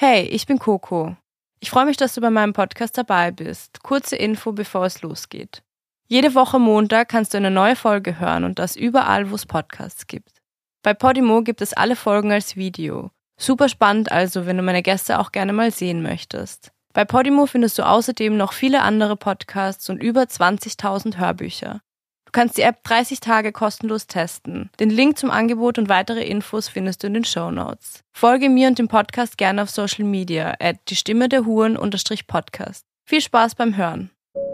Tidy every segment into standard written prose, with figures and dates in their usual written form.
Hey, ich bin Coco. Ich freue mich, dass du bei meinem Podcast dabei bist. Kurze Info, bevor es losgeht. Jede Woche Montag kannst du eine neue Folge hören und das überall, wo es Podcasts gibt. Bei Podimo gibt es alle Folgen als Video. Super spannend also, wenn du meine Gäste auch gerne mal sehen möchtest. Bei Podimo findest du außerdem noch viele andere Podcasts und über 20.000 Hörbücher. Du kannst die App 30 Tage kostenlos testen. Den Link zum Angebot und weitere Infos findest du in den Shownotes. Folge mir und dem Podcast gerne auf Social Media @die-Stimme-der-Huren_Podcast. Viel Spaß beim Hören.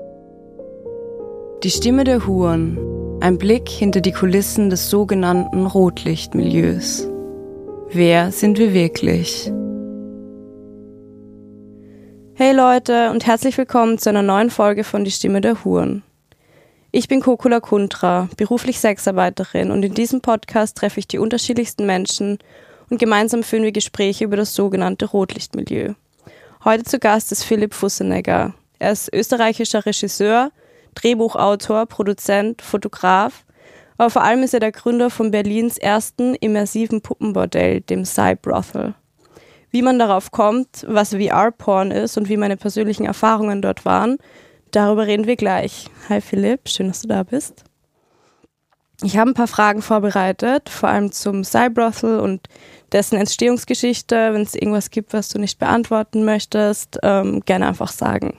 Die Stimme der Huren. Ein Blick hinter die Kulissen des sogenannten Rotlichtmilieus. Wer sind wir wirklich? Hey Leute und herzlich willkommen zu einer neuen Folge von Die Stimme der Huren. Ich bin Coco Lakuntra, beruflich Sexarbeiterin, und in diesem Podcast treffe ich die unterschiedlichsten Menschen und gemeinsam führen wir Gespräche über das sogenannte Rotlichtmilieu. Heute zu Gast ist Philipp Fussenegger. Er ist österreichischer Regisseur, Drehbuchautor, Produzent, Fotograf, aber vor allem ist er der Gründer von Berlins ersten immersiven Puppenbordell, dem Cybrothel. Wie man darauf kommt, was VR-Porn ist und wie meine persönlichen Erfahrungen dort waren, darüber reden wir gleich. Hi Philipp, schön, dass du da bist. Ich habe ein paar Fragen vorbereitet, vor allem zum Cybrothel und dessen Entstehungsgeschichte. Wenn es irgendwas gibt, was du nicht beantworten möchtest, gerne einfach sagen.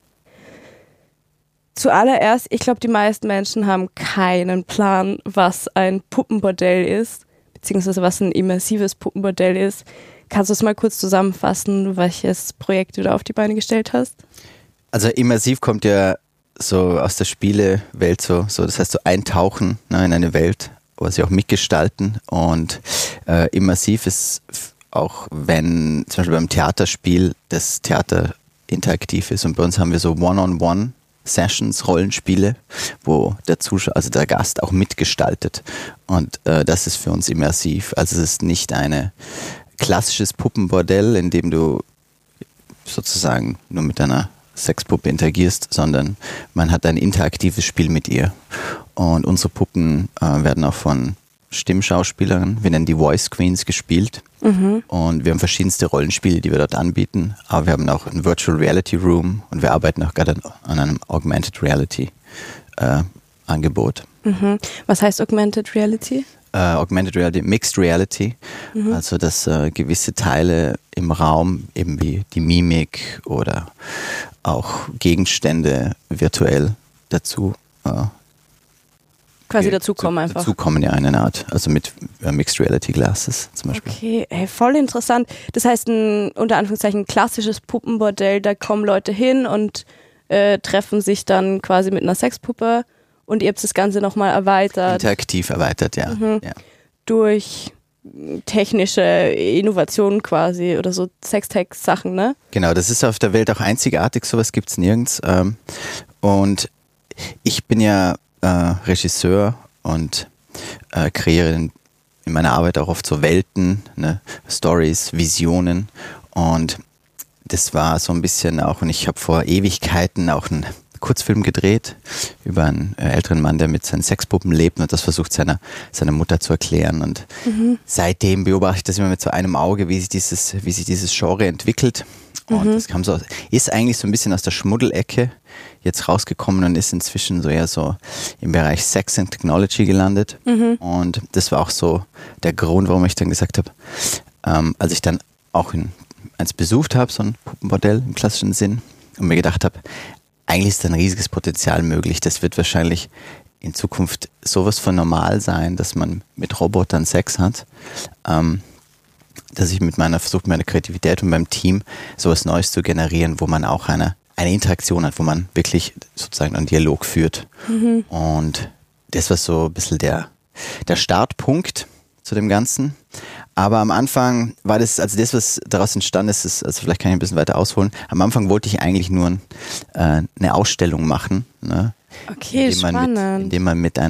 Zuallererst, ich glaube, die meisten Menschen haben keinen Plan, was ein Puppenbordell ist, beziehungsweise was ein immersives Puppenbordell ist. Kannst du es mal kurz zusammenfassen, welches Projekt du da auf die Beine gestellt hast? Also immersiv kommt ja so aus der Spielewelt so das heißt so eintauchen, ne, in eine Welt, wo sie auch mitgestalten, und immersiv ist auch, wenn zum Beispiel beim Theaterspiel das Theater interaktiv ist, und bei uns haben wir so One-on-One-Sessions, Rollenspiele, wo der Zuschauer, also der Gast auch mitgestaltet, und das ist für uns immersiv. Also es ist nicht ein klassisches Puppenbordell, in dem du sozusagen nur mit deiner Sexpuppe interagierst, sondern man hat ein interaktives Spiel mit ihr. Und unsere Puppen werden auch von Stimmschauspielern, wir nennen die Voice Queens, gespielt. Und wir haben verschiedenste Rollenspiele, die wir dort anbieten, aber wir haben auch ein Virtual Reality Room und wir arbeiten auch gerade an einem Augmented Reality Angebot. Was heißt Augmented Reality? Augmented Reality, Mixed Reality, also dass gewisse Teile im Raum, eben wie die Mimik oder auch Gegenstände virtuell dazu quasi dazukommen einfach. Dazukommen, ja, eine Art, also mit Mixed Reality Glasses zum Beispiel. Okay, voll interessant. Das heißt, ein unter Anführungszeichen klassisches Puppenbordell, da kommen Leute hin und treffen sich dann quasi mit einer Sexpuppe. Und ihr habt das Ganze nochmal erweitert. Interaktiv erweitert, ja. Ja. Durch technische Innovationen quasi oder so Sextech-Sachen, ne? Genau, das ist auf der Welt auch einzigartig, sowas gibt es nirgends. Und ich bin ja Regisseur und kreiere in meiner Arbeit auch oft so Welten, ne? Stories, Visionen. Und das war so ein bisschen auch, und ich habe vor Ewigkeiten auch einen Kurzfilm gedreht über einen älteren Mann, der mit seinen Sexpuppen lebt und das versucht seiner Mutter zu erklären. Und seitdem beobachte ich das immer mit so einem Auge, wie sich dieses Genre entwickelt. Und das ist eigentlich so ein bisschen aus der Schmuddelecke jetzt rausgekommen und ist inzwischen so eher so im Bereich Sex and Technology gelandet. Und das war auch so der Grund, warum ich dann gesagt habe, als ich dann auch eins besucht habe, so ein Puppenbordell im klassischen Sinn, und mir gedacht habe, eigentlich ist da ein riesiges Potenzial möglich. Das wird wahrscheinlich in Zukunft sowas von normal sein, dass man mit Robotern Sex hat, dass ich versuche, meine Kreativität und beim Team sowas Neues zu generieren, wo man auch eine Interaktion hat, wo man wirklich sozusagen einen Dialog führt. Und das war so ein bisschen der Startpunkt zu dem Ganzen. Aber am Anfang war das, also das, was daraus entstanden ist, also vielleicht kann ich ein bisschen weiter ausholen. Am Anfang wollte ich eigentlich nur eine Ausstellung machen, ne? Okay, spannend. Indem man mit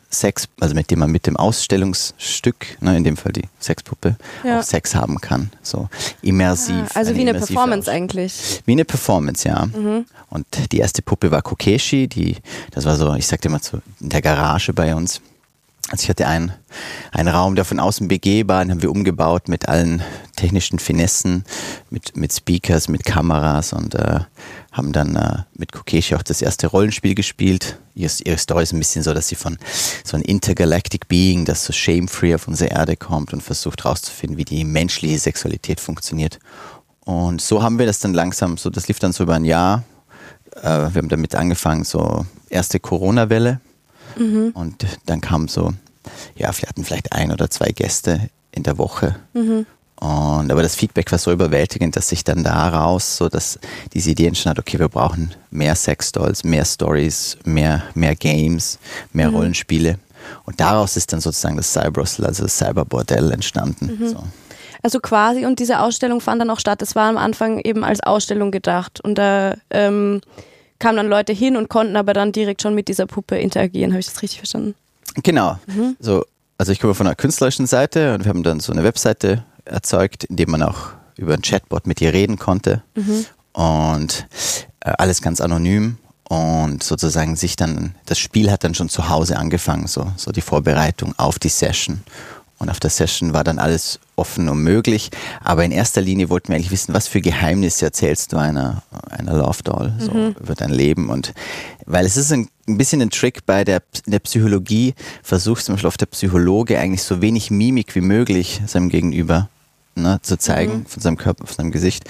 dem Ausstellungsstück, ne, in dem Fall die Sexpuppe, auch Sex haben kann. So immersiv. Also wie eine Performance eigentlich. Wie eine Performance, ja. Und die erste Puppe war Kokeshi, das war so, ich sagte immer so, in der Garage bei uns. Also ich hatte einen Raum, der von außen begehbar, den haben wir umgebaut mit allen technischen Finessen, mit Speakers, mit Kameras und haben dann mit Kokeshi auch das erste Rollenspiel gespielt. Ihre Story ist ein bisschen so, dass sie von so ein Intergalactic Being, das so shame-free auf unsere Erde kommt und versucht rauszufinden, wie die menschliche Sexualität funktioniert. Und so haben wir das dann langsam, so das lief dann so über ein Jahr. Wir haben damit angefangen, so erste Corona-Welle. Und dann kam so, ja, wir hatten vielleicht 1 oder 2 Gäste in der Woche. Aber das Feedback war so überwältigend, dass sich dann daraus so, dass diese Idee entstand, okay, wir brauchen mehr Sexdolls, mehr Stories, mehr Games, mehr Rollenspiele. Und daraus ist dann sozusagen das Cyberbrothel, also das Cyberbordell entstanden. So. Also quasi, und diese Ausstellung fand dann auch statt. Es war am Anfang eben als Ausstellung gedacht. Und da kamen dann Leute hin und konnten aber dann direkt schon mit dieser Puppe interagieren. Habe ich das richtig verstanden? Genau. So, also ich komme von einer künstlerischen Seite und wir haben dann so eine Webseite erzeugt, in der man auch über ein Chatbot mit ihr reden konnte. Und alles ganz anonym. Und sozusagen das Spiel hat dann schon zu Hause angefangen, so die Vorbereitung auf die Session. Und auf der Session war dann alles offen und möglich. Aber in erster Linie wollten wir eigentlich wissen, was für Geheimnisse erzählst du einer Love Doll so über dein Leben. Und weil es ist ein bisschen ein Trick in der Psychologie, versucht zum Beispiel auf der Psychologe eigentlich so wenig Mimik wie möglich seinem Gegenüber zu zeigen, von seinem Körper, von seinem Gesicht,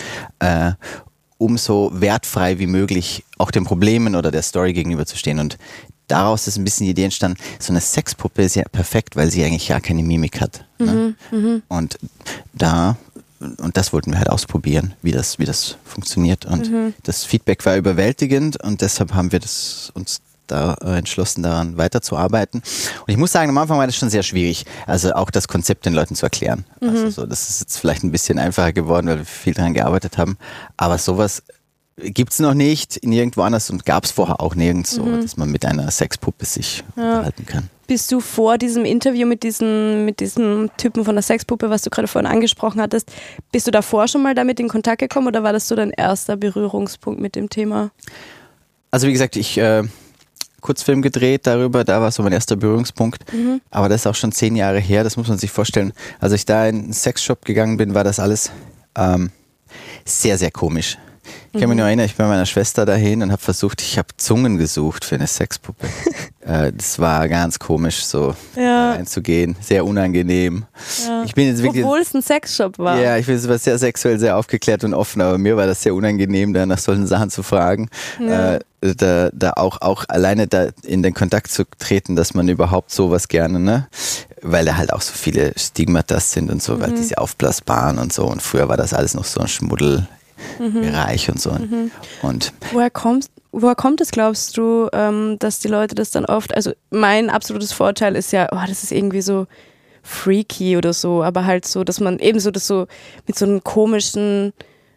um so wertfrei wie möglich auch den Problemen oder der Story gegenüber zu stehen. Und daraus ist ein bisschen die Idee entstanden, so eine Sexpuppe ist ja perfekt, weil sie eigentlich gar keine Mimik hat. Ne? Und das wollten wir halt ausprobieren, wie das funktioniert. Und das Feedback war überwältigend und deshalb haben wir uns da entschlossen, daran weiterzuarbeiten. Und ich muss sagen, am Anfang war das schon sehr schwierig, also auch das Konzept den Leuten zu erklären. Also so, das ist jetzt vielleicht ein bisschen einfacher geworden, weil wir viel daran gearbeitet haben. Aber sowas gibt es noch nicht in irgendwo anders und gab es vorher auch nirgends so, dass man mit einer Sexpuppe sich unterhalten kann. Bist du vor diesem Interview mit diesem Typen von der Sexpuppe, was du gerade vorhin angesprochen hattest, bist du davor schon mal damit in Kontakt gekommen oder war das so dein erster Berührungspunkt mit dem Thema? Also wie gesagt, ich Kurzfilm gedreht darüber, da war so mein erster Berührungspunkt, aber das ist auch schon 10 Jahre her, das muss man sich vorstellen. Als ich da in einen Sexshop gegangen bin, war das alles sehr, sehr komisch. Ich kann mich nur erinnern, ich bin mit meiner Schwester dahin und ich habe Zungen gesucht für eine Sexpuppe. Das war ganz komisch, so reinzugehen, sehr unangenehm. Ja. Ich bin jetzt wirklich, obwohl es ein Sexshop war. Ja, ich bin jetzt sehr sexuell, sehr aufgeklärt und offen, aber mir war das sehr unangenehm, da nach solchen Sachen zu fragen. Ja. Da auch alleine da in den Kontakt zu treten, dass man überhaupt sowas gerne, ne? Weil da halt auch so viele Stigmatas sind und so, weil diese aufblasbaren und so. Und früher war das alles noch so ein Schmuddelbereich und so. Und woher kommt es, glaubst du, dass die Leute das dann oft, also mein absolutes Vorteil ist ja, das ist irgendwie so freaky oder so, aber halt so, dass man ebenso das so mit so einem komischen,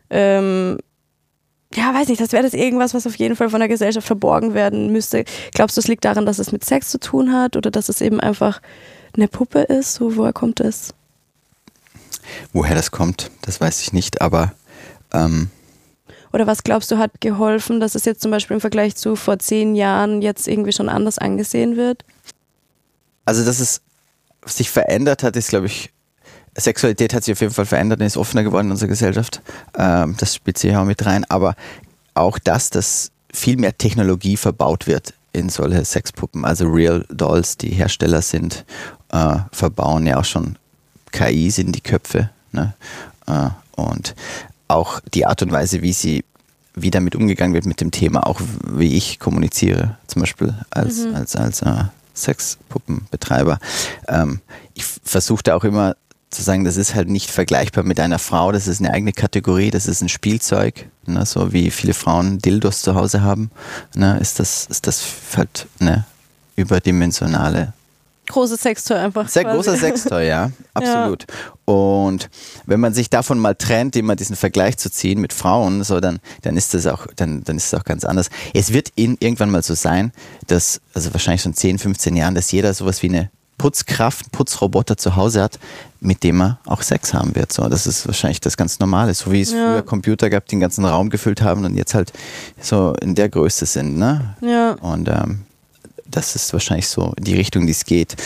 weiß nicht, das wäre das irgendwas, was auf jeden Fall von der Gesellschaft verborgen werden müsste. Glaubst du, es liegt daran, dass es mit Sex zu tun hat oder dass es eben einfach eine Puppe ist? So, woher kommt es? Woher das kommt, das weiß ich nicht, aber oder was glaubst du, hat geholfen, dass es jetzt zum Beispiel im Vergleich zu vor 10 Jahren jetzt irgendwie schon anders angesehen wird? Also, dass es sich verändert hat, ist, glaube ich, Sexualität hat sich auf jeden Fall verändert und ist offener geworden in unserer Gesellschaft. Das spielt sich auch mit rein. Aber auch dass viel mehr Technologie verbaut wird in solche Sexpuppen. Also Real Dolls, die Hersteller sind, verbauen ja auch schon KIs in die Köpfe. Ne? Und auch die Art und Weise, wie damit umgegangen wird mit dem Thema, auch wie ich kommuniziere, zum Beispiel als Sexpuppenbetreiber. Ich versuche da auch immer zu sagen, das ist halt nicht vergleichbar mit einer Frau, das ist eine eigene Kategorie, das ist ein Spielzeug, ne, so wie viele Frauen Dildos zu Hause haben, ne, ist das halt eine überdimensionale großes Sextoy einfach. Sehr großer Sextoy, ja, absolut. Ja. Und wenn man sich davon mal trennt, immer diesen Vergleich zu ziehen mit Frauen, so dann ist das auch, dann ist es auch ganz anders. Es wird irgendwann mal so sein, dass, also wahrscheinlich schon 10, 15 Jahren, dass jeder sowas wie eine Putzkraft, Putzroboter zu Hause hat, mit dem er auch Sex haben wird. So, das ist wahrscheinlich das ganz Normale, so wie es früher Computer gab, die den ganzen Raum gefüllt haben und jetzt halt so in der Größe sind, ne? Ja. Und das ist wahrscheinlich so die Richtung, die es geht.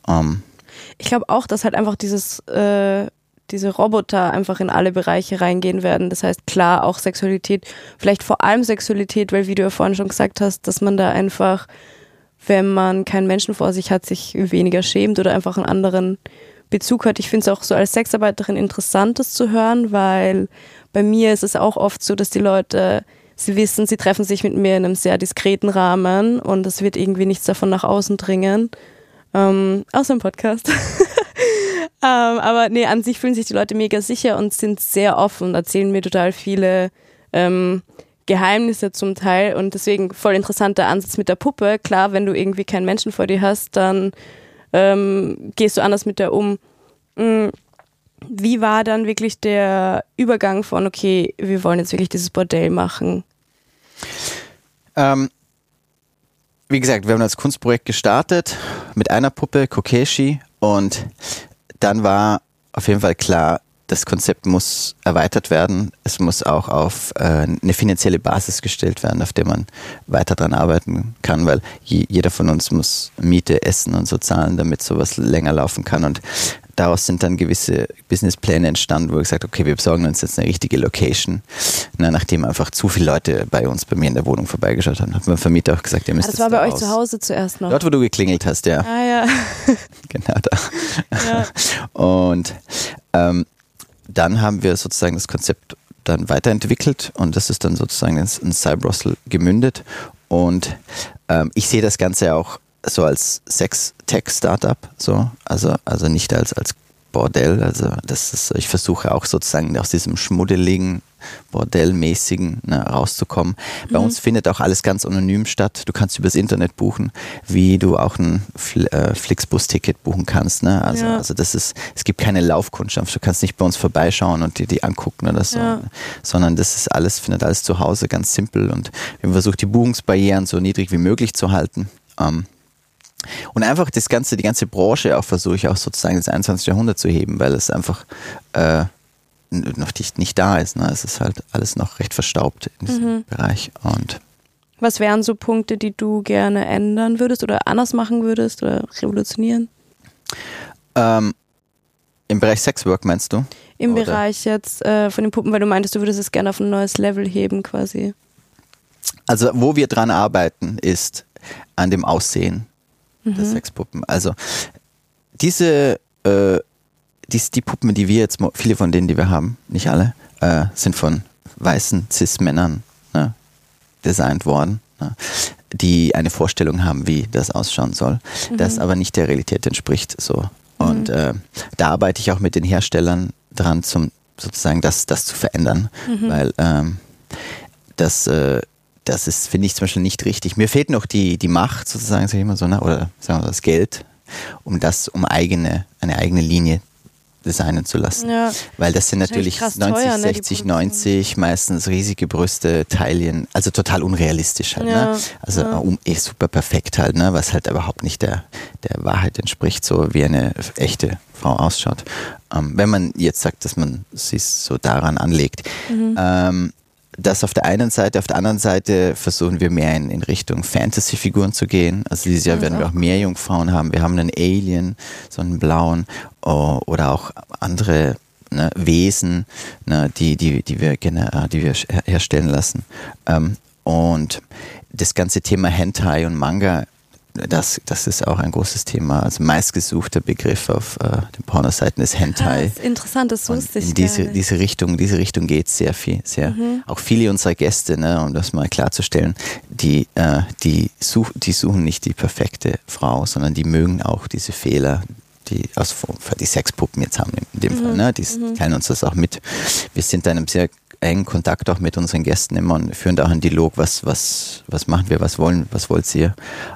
Ich glaube auch, dass halt einfach diese Roboter einfach in alle Bereiche reingehen werden. Das heißt, klar, auch Sexualität, vielleicht vor allem Sexualität, weil wie du ja vorhin schon gesagt hast, dass man da einfach, wenn man keinen Menschen vor sich hat, sich weniger schämt oder einfach einen anderen Bezug hat. Ich finde es auch so als Sexarbeiterin interessant, das zu hören, weil bei mir ist es auch oft so, dass die Leute, sie wissen, sie treffen sich mit mir in einem sehr diskreten Rahmen und es wird irgendwie nichts davon nach außen dringen. Außer im Podcast. Aber nee, an sich fühlen sich die Leute mega sicher und sind sehr offen und erzählen mir total viele Geheimnisse zum Teil und deswegen voll interessanter Ansatz mit der Puppe. Klar, wenn du irgendwie keinen Menschen vor dir hast, dann gehst du anders mit der um. Wie war dann wirklich der Übergang von, okay, wir wollen jetzt wirklich dieses Bordell machen? Wie gesagt, wir haben das Kunstprojekt gestartet mit einer Puppe, Kokeshi, und dann war auf jeden Fall klar, das Konzept muss erweitert werden. Es muss auch auf eine finanzielle Basis gestellt werden, auf der man weiter dran arbeiten kann, weil jeder von uns muss Miete, Essen und so zahlen, damit sowas länger laufen kann. Und daraus sind dann gewisse Businesspläne entstanden, wo wir gesagt haben, okay, wir besorgen uns jetzt eine richtige Location. Nachdem einfach zu viele Leute bei mir in der Wohnung vorbeigeschaut haben, hat mein Vermieter auch gesagt, ihr müsst das war bei euch zu Hause zuerst noch? Dort, wo du geklingelt hast, ja. Ah ja. Genau da. Ja. Und dann haben wir sozusagen das Konzept dann weiterentwickelt und das ist dann sozusagen in Cybrosel gemündet. Und ich sehe das Ganze auch so als Sex-Tech-Startup, so, also nicht als Bordell. Also das ist, ich versuche auch sozusagen aus diesem schmuddeligen, Bordellmäßigen rauszukommen. Bei uns findet auch alles ganz anonym statt. Du kannst übers Internet buchen, wie du auch ein Flixbus-Ticket buchen kannst. Ne? Also es gibt keine Laufkundschaft. Du kannst nicht bei uns vorbeischauen und dir die angucken oder so, sondern findet alles zu Hause, ganz simpel. Und wir haben versucht, die Buchungsbarrieren so niedrig wie möglich zu halten. Und einfach die ganze Branche auch versuche ich auch sozusagen ins 21. Jahrhundert zu heben, weil es einfach noch nicht da ist. Ne? Es ist halt alles noch recht verstaubt in diesem Bereich. Und was wären so Punkte, die du gerne ändern würdest oder anders machen würdest oder revolutionieren? Im Bereich Sexwork meinst du? Im Bereich jetzt von den Puppen, weil du meintest, du würdest es gerne auf ein neues Level heben quasi. Also wo wir dran arbeiten, ist an dem Aussehen der Sexpuppen. Also die Puppen, die wir jetzt, viele von denen, die wir haben, nicht alle, sind von weißen Cis-Männern designt worden, die eine Vorstellung haben, wie das ausschauen soll, das aber nicht der Realität entspricht. So. Und da arbeite ich auch mit den Herstellern dran, sozusagen das zu verändern, weil das ist, finde ich zum Beispiel nicht richtig. Mir fehlt noch die Macht sozusagen, sag ich mal so, oder sagen wir das Geld, um eine eigene Linie designen zu lassen. Ja. Weil das sind natürlich 90, teuer, 60, 90, meistens riesige Brüste, Taillen, also total unrealistisch halt. Ja. Ne? Also super perfekt halt, ne? Was halt überhaupt nicht der Wahrheit entspricht, so wie eine echte Frau ausschaut. Wenn man jetzt sagt, dass man sich so daran anlegt. Das auf der einen Seite, auf der anderen Seite versuchen wir mehr in Richtung Fantasy-Figuren zu gehen. Also dieses Jahr werden wir auch mehr Jungfrauen haben. Wir haben einen Alien, so einen blauen, oder auch andere Wesen, die wir herstellen lassen. Und das ganze Thema Hentai und Manga, das ist auch ein großes Thema. Also meistgesuchter Begriff auf den Pornoseiten ist Hentai. Das ist interessant, das wusste ich. In diese Richtung geht es sehr viel. Auch viele unserer Gäste, um das mal klarzustellen, die suchen nicht die perfekte Frau, sondern die mögen auch diese Fehler, die Sexpuppen jetzt haben in dem Fall. Die teilen uns das auch mit. Wir sind in einem sehr engen Kontakt auch mit unseren Gästen immer und führen da auch einen Dialog, was machen wir, was wollt ihr?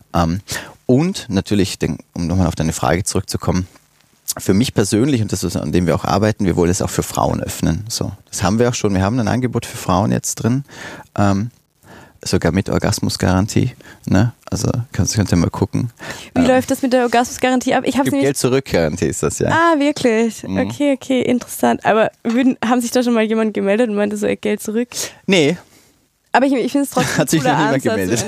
Und natürlich, um nochmal auf deine Frage zurückzukommen, für mich persönlich, und das ist, an dem wir auch arbeiten, wir wollen es auch für Frauen öffnen. So, das haben wir auch schon. Wir haben ein Angebot für Frauen jetzt drin, sogar mit Orgasmusgarantie. Ne? Also könnt ihr mal gucken. Wie läuft das mit der Orgasmusgarantie ab? Geld zurück Garantie ist das, ja. Ah, wirklich? Okay, interessant. Aber haben sich da schon mal jemand gemeldet und meinte so, Geld zurück? Nee. Aber ich finde es trotzdem Hat sich noch niemand gemeldet.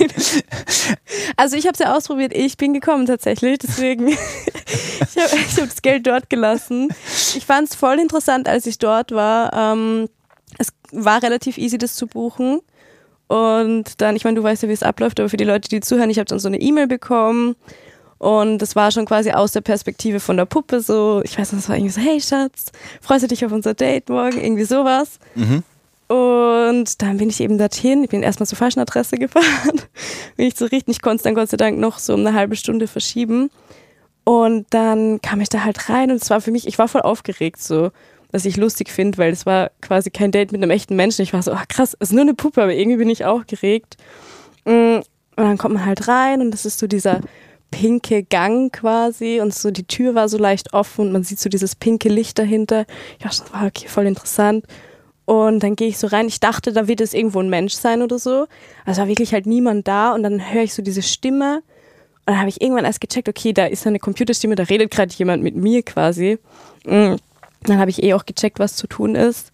Also ich habe es ja ausprobiert, ich bin gekommen tatsächlich, deswegen ich hab das Geld dort gelassen. Ich fand es voll interessant, als ich dort war. Es war relativ easy, das zu buchen. Und dann, ich meine, du weißt ja, wie es abläuft, aber für die Leute, die zuhören, ich habe dann so eine E-Mail bekommen. Und das war schon quasi aus der Perspektive von der Puppe so, ich weiß nicht, es war irgendwie so, hey Schatz, freust du dich auf unser Date morgen? Irgendwie sowas. Mhm. Und dann bin ich eben dorthin, ich bin erstmal zur falschen Adresse gefahren, bin ich so richtig, ich konnte es dann Gott sei Dank noch so um eine halbe Stunde verschieben. Und dann kam ich da halt rein und es war für mich, ich war voll aufgeregt so, was ich lustig finde, weil es war quasi kein Date mit einem echten Menschen. Ich war so, krass, es ist nur eine Puppe, aber irgendwie bin ich aufgeregt. Und dann kommt man halt rein und das ist so dieser pinke Gang quasi und so die Tür war so leicht offen und man sieht so dieses pinke Licht dahinter. Ich dachte, das war okay, voll interessant. Und dann gehe ich so rein, ich dachte, da wird es irgendwo ein Mensch sein oder so. Also war wirklich halt niemand da und dann höre ich so diese Stimme und dann habe ich irgendwann erst gecheckt, okay, da ist eine Computerstimme, da redet gerade jemand mit mir quasi. Und dann habe ich auch gecheckt, was zu tun ist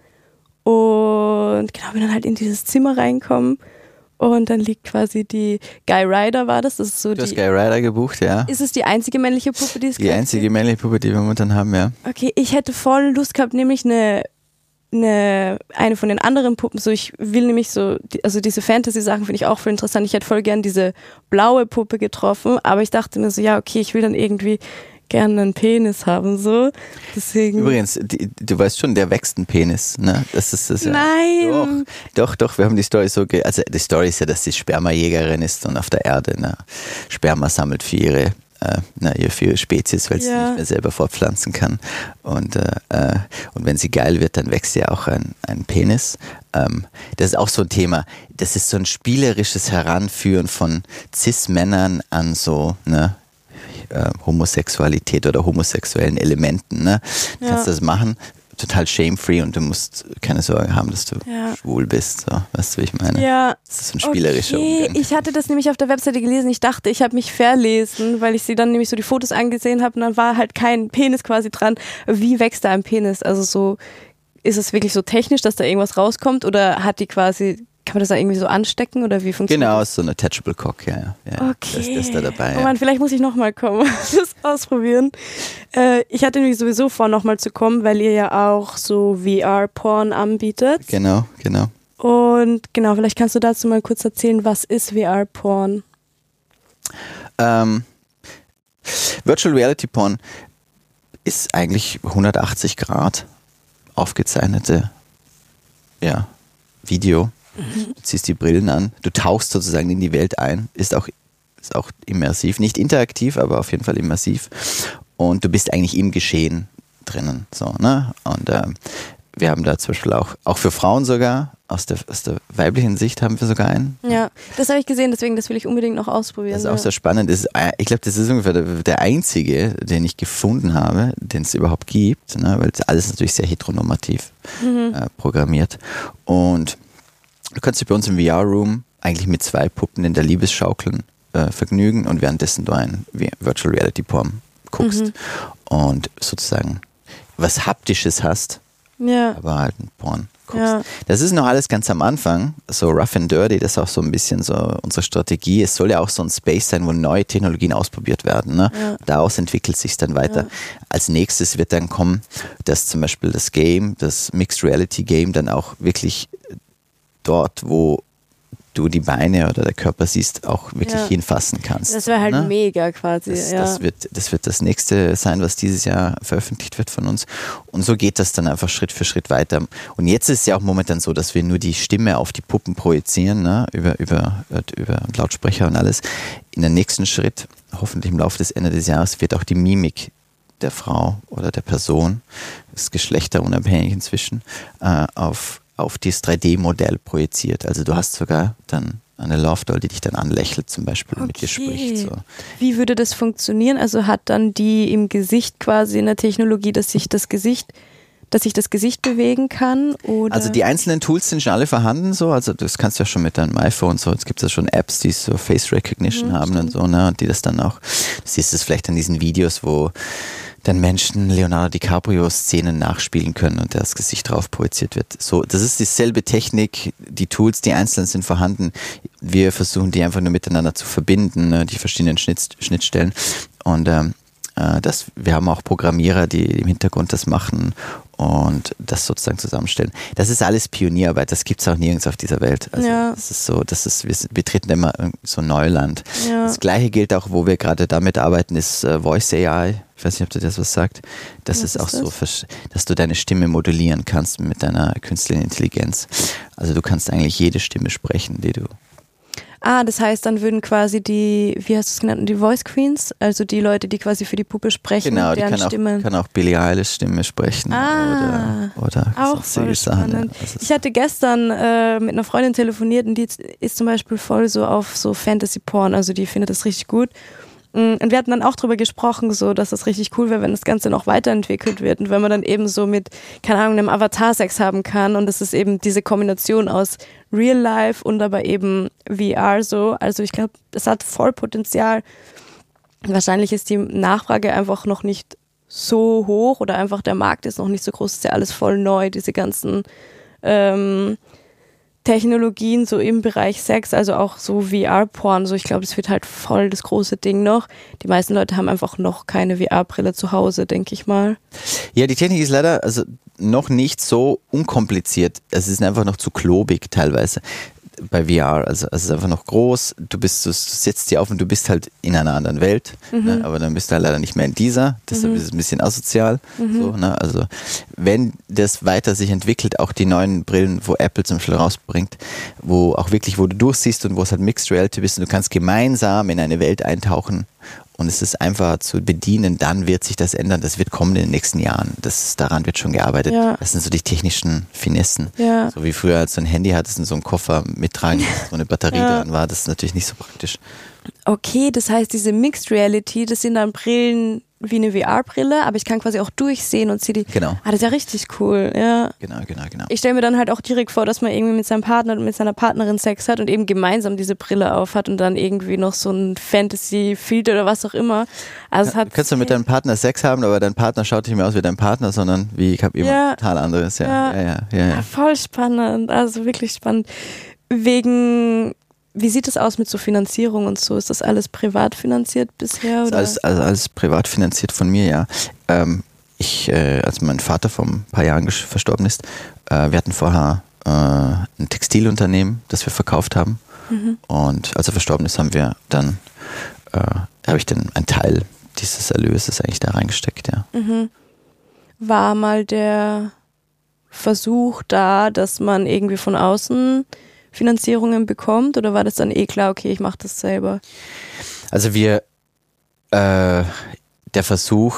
und genau, bin dann halt in dieses Zimmer reinkommen und dann liegt quasi die Guy Ryder, war das? Das ist so du hast Guy Ryder gebucht, ja. Ist es die einzige männliche Puppe, die es gibt? Die einzige männliche Puppe, die wir momentan haben, ja. Okay, ich hätte voll Lust gehabt, nämlich eine von den anderen Puppen, so ich will nämlich so, also diese Fantasy-Sachen finde ich auch voll interessant. Ich hätte voll gern diese blaue Puppe getroffen, aber ich dachte mir so, ja okay, ich will dann irgendwie gerne einen Penis haben, so. Deswegen. Übrigens, du weißt schon, der wächst ein Penis, ne? Das ist das. Nein! Ja. Doch, wir haben die Story so, also die Story ist ja, dass sie Spermajägerin ist und auf der Erde Sperma sammelt für ihre Spezies, weil sie nicht mehr selber fortpflanzen kann. Und wenn sie geil wird, dann wächst ja auch ein Penis. Das ist auch so ein Thema. Das ist so ein spielerisches Heranführen von Cis-Männern an so, Homosexualität oder homosexuellen Elementen. Ne? Du kannst das machen, total shame-free und du musst keine Sorge haben, dass du schwul bist. So. Weißt du, wie ich meine? Ja. Das ist ein spielerischer Umgang. Ich hatte das nämlich auf der Webseite gelesen. Ich dachte, ich habe mich verlesen, weil ich sie dann nämlich so die Fotos angesehen habe und dann war halt kein Penis quasi dran. Wie wächst da ein Penis? Also so, ist es wirklich so technisch, dass da irgendwas rauskommt oder hat die quasi... Kann man das da irgendwie so anstecken oder wie funktioniert das? Genau, so ein Attachable Cock, ja. Okay. Das ist da dabei. Oh Mann, vielleicht muss ich nochmal kommen, das ausprobieren. Ich hatte nämlich sowieso vor, nochmal zu kommen, weil ihr ja auch so VR-Porn anbietet. Genau. Und genau, vielleicht kannst du dazu mal kurz erzählen, was ist VR-Porn? Virtual Reality Porn ist eigentlich 180 Grad aufgezeichnete Video. Du ziehst die Brillen an, du tauchst sozusagen in die Welt ein, ist auch immersiv, nicht interaktiv, aber auf jeden Fall immersiv und du bist eigentlich im Geschehen drinnen. So, ne? Und wir haben da zum Beispiel auch für Frauen sogar, aus der weiblichen Sicht haben wir sogar einen. Ja, das habe ich gesehen, deswegen das will ich unbedingt noch ausprobieren. Das ist auch sehr spannend. Ich glaube, das ist ungefähr der einzige, den ich gefunden habe, den es überhaupt gibt, ne? Weil alles natürlich sehr heteronormativ programmiert. Und du kannst dich bei uns im VR-Room eigentlich mit 2 Puppen in der Liebesschaukeln vergnügen und währenddessen du ein Virtual Reality Porn guckst und sozusagen was Haptisches hast, aber halt ein Porn guckst. Ja. Das ist noch alles ganz am Anfang, so rough and dirty, das ist auch so ein bisschen so unsere Strategie. Es soll ja auch so ein Space sein, wo neue Technologien ausprobiert werden. Ne? Ja. Daraus entwickelt sich dann weiter. Ja. Als nächstes wird dann kommen, dass zum Beispiel das Game, das Mixed Reality Game dann auch wirklich dort, wo du die Beine oder der Körper siehst, auch wirklich hinfassen kannst. Das wäre halt mega quasi. Das wird das nächste sein, was dieses Jahr veröffentlicht wird von uns. Und so geht das dann einfach Schritt für Schritt weiter. Und jetzt ist es ja auch momentan so, dass wir nur die Stimme auf die Puppen projizieren, ne? über Lautsprecher und alles. In der nächsten Schritt, hoffentlich im Laufe des Ende des Jahres, wird auch die Mimik der Frau oder der Person, das ist geschlechterunabhängig inzwischen, auf dieses 3D-Modell projiziert. Also du hast sogar dann eine Love Doll, die dich dann anlächelt zum Beispiel und mit dir spricht. So. Wie würde das funktionieren? Also hat dann die im Gesicht quasi eine Technologie, dass sich das Gesicht bewegen kann? Oder? Also die einzelnen Tools sind schon alle vorhanden, so. Also das kannst du ja schon mit deinem iPhone so. Jetzt gibt es ja schon Apps, die so Face Recognition haben und so, ne? Und die das dann auch, du siehst es vielleicht an diesen Videos, wo dann Menschen Leonardo DiCaprio-Szenen nachspielen können und das Gesicht drauf projiziert wird. So, das ist dieselbe Technik, die Tools, die einzeln sind vorhanden. Wir versuchen die einfach nur miteinander zu verbinden, ne, die verschiedenen Schnittstellen. Und wir haben auch Programmierer, die im Hintergrund das machen und das sozusagen zusammenstellen. Das ist alles Pionierarbeit, das gibt es auch nirgends auf dieser Welt. Also das ist so, wir betreten immer so Neuland. Ja. Das Gleiche gilt auch, wo wir gerade damit arbeiten, ist Voice AI. Ich weiß nicht, ob du das was sagt. Das ist auch so, dass du deine Stimme modellieren kannst mit deiner künstlichen Intelligenz. Also du kannst eigentlich jede Stimme sprechen, die du... Das heißt, dann würden quasi wie hast du es genannt, die Voice Queens, also die Leute, die quasi für die Puppe sprechen, genau, deren Stimmen. Kann auch Billie Eilish Stimme sprechen oder auch voll spannend. Ich hatte gestern mit einer Freundin telefoniert und die ist zum Beispiel voll so auf so Fantasy-Porn, also die findet das richtig gut. Und wir hatten dann auch drüber gesprochen, so, dass das richtig cool wäre, wenn das Ganze noch weiterentwickelt wird und wenn man dann eben so mit, keine Ahnung, einem Avatar Sex haben kann und es ist eben diese Kombination aus Real Life und aber eben VR so. Also ich glaube, das hat voll Potenzial. Wahrscheinlich ist die Nachfrage einfach noch nicht so hoch oder einfach der Markt ist noch nicht so groß, ist ja alles voll neu, diese ganzen Technologien so im Bereich Sex, also auch so VR-Porn, so ich glaube, das wird halt voll das große Ding noch. Die meisten Leute haben einfach noch keine VR-Brille zu Hause, denke ich mal. Ja, die Technik ist leider noch nicht so unkompliziert. Es ist einfach noch zu klobig teilweise bei VR. Also es ist einfach noch groß, du setzt dir auf und du bist halt in einer anderen Welt, ne? Aber dann bist du halt leider nicht mehr in dieser, deshalb ist es ein bisschen asozial. So, ne? Also wenn das weiter sich entwickelt, auch die neuen Brillen, wo Apple zum Beispiel rausbringt, wo du durchsiehst und wo es halt Mixed Reality bist und du kannst gemeinsam in eine Welt eintauchen und es ist einfach zu bedienen, dann wird sich das ändern. Das wird kommen in den nächsten Jahren. Daran wird schon gearbeitet. Ja. Das sind so die technischen Finessen. Ja. So wie früher, als du ein Handy hattest und so einen Koffer mittragen, wo eine Batterie dran war, das ist natürlich nicht so praktisch. Okay, das heißt, diese Mixed Reality, das sind dann Brillen wie eine VR-Brille, aber ich kann quasi auch durchsehen und sehe die. Genau. Das ist ja richtig cool, ja. Genau. Ich stelle mir dann halt auch direkt vor, dass man irgendwie mit seinem Partner und mit seiner Partnerin Sex hat und eben gemeinsam diese Brille aufhat und dann irgendwie noch so ein Fantasy-Filter oder was auch immer. Also kannst du mit deinem Partner Sex haben, aber dein Partner schaut nicht mehr aus wie dein Partner, sondern wie ich habe immer total anderes. Ja. Voll spannend, also wirklich spannend. Wie sieht es aus mit so Finanzierung und so? Ist das alles privat finanziert bisher? Oder? Alles privat finanziert von mir, ja. Als mein Vater vor ein paar Jahren verstorben ist, wir hatten vorher ein Textilunternehmen, das wir verkauft haben. Und als er verstorben ist, habe ich dann einen Teil dieses Erlöses eigentlich da reingesteckt, ja. War mal der Versuch da, dass man irgendwie von außen Finanzierungen bekommt oder war das dann klar, okay, ich mache das selber? Also der Versuch.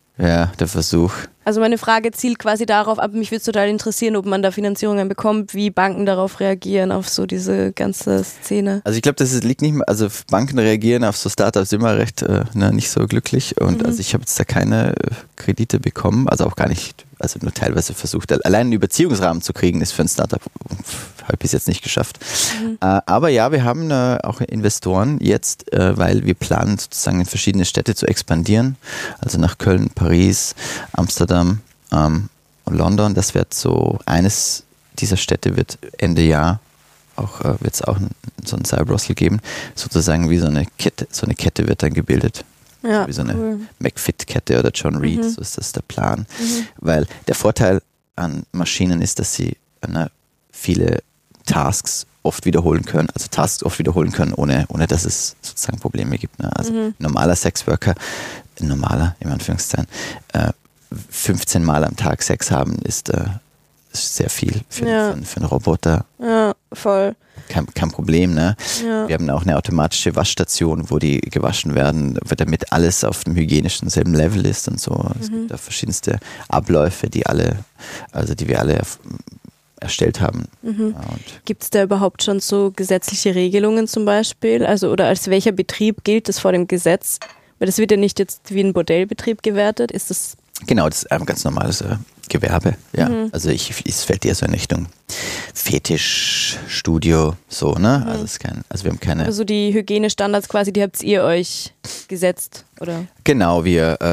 Also meine Frage zielt quasi darauf ab, mich würde es total interessieren, ob man da Finanzierungen bekommt, wie Banken darauf reagieren, auf so diese ganze Szene. Also ich glaube, das liegt nicht mehr, also Banken reagieren auf so Startups immer recht nicht so glücklich und also ich habe jetzt da keine Kredite bekommen, also auch gar nicht, also nur teilweise versucht. Allein einen Überziehungsrahmen zu kriegen, ist für ein Startup, habe ich bis jetzt nicht geschafft. Aber ja, wir haben auch Investoren jetzt, weil wir planen sozusagen in verschiedene Städte zu expandieren, also nach Köln, Paris, Amsterdam und London. Das wird so, eines dieser Städte wird Ende Jahr wird es auch so ein Cyber-Russell geben, sozusagen wie so eine Kette wird dann gebildet. Ja, so wie so eine McFit-Kette oder John Reed, so ist das der Plan. Weil der Vorteil an Maschinen ist, dass sie viele Tasks oft wiederholen können, ohne dass es sozusagen Probleme gibt. Ne? Also ein normaler Sexworker, in Anführungszeichen, 15 Mal am Tag Sex haben, ist sehr viel für einen Roboter. Ja, voll. Kein Problem, ne? Ja. Wir haben auch eine automatische Waschstation, wo die gewaschen werden, damit alles auf dem hygienischen selben Level ist und so. Es gibt da verschiedenste Abläufe, die wir alle erstellt haben. Gibt es da überhaupt schon so gesetzliche Regelungen zum Beispiel? Also oder als welcher Betrieb gilt das vor dem Gesetz? Weil das wird ja nicht jetzt wie ein Bordellbetrieb gewertet. Ist das? Genau, das ist ein ganz normales Gewerbe. Ja. Also es fällt eher so in Richtung Fetisch, Studio, so, ne? Also wir haben keine. Also die Hygienestandards quasi, die habt ihr euch gesetzt, oder? Genau, wir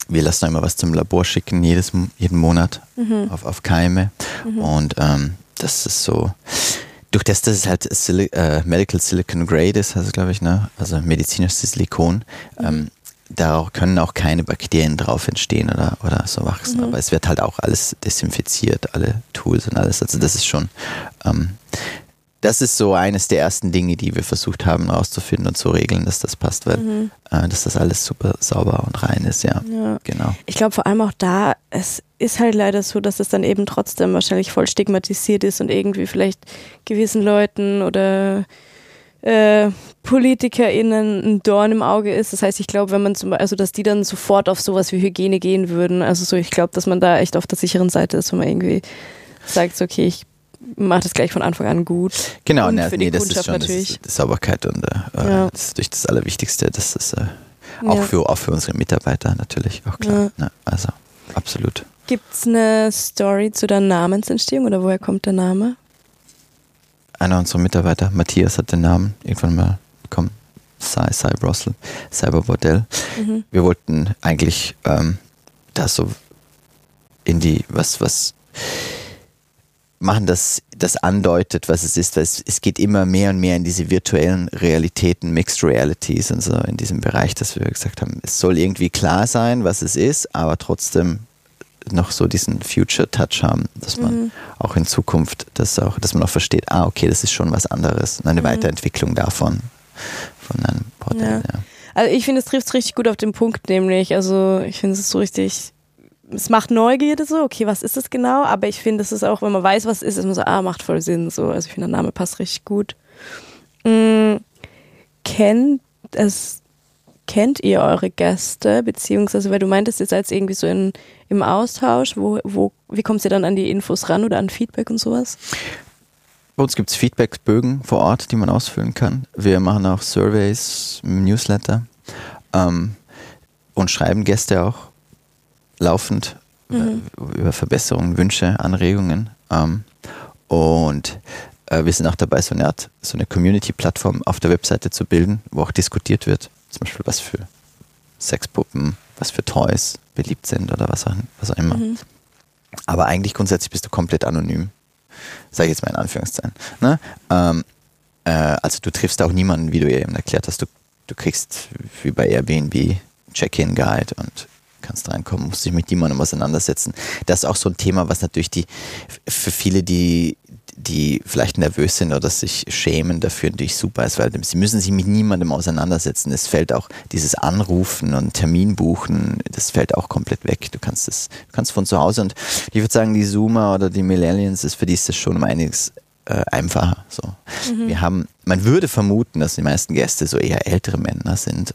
wir lassen auch immer was zum Labor schicken, jeden Monat auf Keime. Und das ist so, durch das es halt Medical Silicon Grade ist, also glaube ich, ne? Also medizinisches Silikon, da können auch keine Bakterien drauf entstehen oder so wachsen. Aber es wird halt auch alles desinfiziert, alle Tools und alles. Also das ist schon, das ist so eines der ersten Dinge, die wir versucht haben rauszufinden und zu regeln, dass das passt, weil dass das alles super sauber und rein ist, ja. Genau. Ich glaube vor allem auch da, es ist halt leider so, dass es dann eben trotzdem wahrscheinlich voll stigmatisiert ist und irgendwie vielleicht gewissen Leuten oder PolitikerInnen ein Dorn im Auge ist. Das heißt, ich glaube, wenn man dass die dann sofort auf sowas wie Hygiene gehen würden. Also so, ich glaube, dass man da echt auf der sicheren Seite ist, wenn man irgendwie sagt, so, okay, ich mache das gleich von Anfang an gut. Genau, und das ist schon natürlich. Das Sauberkeit und das ist durch das Allerwichtigste. Das ist auch für unsere Mitarbeiter natürlich auch klar. Ne? Also absolut. Gibt es eine Story zu der Namensentstehung oder woher kommt der Name? Einer unserer Mitarbeiter, Matthias, hat den Namen irgendwann mal bekommen. Cy Brossel, Cyberbordell. Wir wollten eigentlich da so in die, was machen, das andeutet, was es ist, weil es geht immer mehr und mehr in diese virtuellen Realitäten, Mixed Realities und so in diesem Bereich, dass wir gesagt haben, es soll irgendwie klar sein, was es ist, aber trotzdem noch so diesen Future-Touch haben, dass man auch in Zukunft dass man auch versteht, okay, das ist schon was anderes, eine Weiterentwicklung davon, von einem Bordell. Ja. Also ich finde, es trifft es richtig gut auf den Punkt, nämlich, also ich finde es so richtig, es macht Neugierde so, okay, was ist das genau, aber ich finde, es ist auch, wenn man weiß, was es ist, man so, macht voll Sinn, so, also ich finde, der Name passt richtig gut. Kennt ihr eure Gäste, beziehungsweise, weil du meintest, ihr seid irgendwie so im Austausch, wie kommt ihr dann an die Infos ran oder an Feedback und sowas? Bei uns gibt es Feedbackbögen vor Ort, die man ausfüllen kann. Wir machen auch Surveys, Newsletter und schreiben Gäste auch laufend über Verbesserungen, Wünsche, Anregungen. Und wir sind auch dabei, so eine Community-Plattform auf der Webseite zu bilden, wo auch diskutiert wird. Zum Beispiel, was für Sexpuppen, was für Toys beliebt sind oder was auch immer. Aber eigentlich grundsätzlich bist du komplett anonym. Sag ich jetzt mal in Anführungszeichen. Ne? Also du triffst auch niemanden, wie du eben erklärt hast. Du kriegst wie bei Airbnb Check-in-Guide und kannst reinkommen, musst dich mit niemandem auseinandersetzen. Das ist auch so ein Thema, was natürlich für viele, die vielleicht nervös sind oder sich schämen dafür, natürlich super ist, weil sie müssen sich mit niemandem auseinandersetzen. Es fällt auch dieses Anrufen und Termin buchen, das fällt auch komplett weg. Du kannst von zu Hause, und ich würde sagen, die Zoomer oder die Millennials, für die ist das schon um einiges einfacher. So. Man würde vermuten, dass die meisten Gäste so eher ältere Männer sind,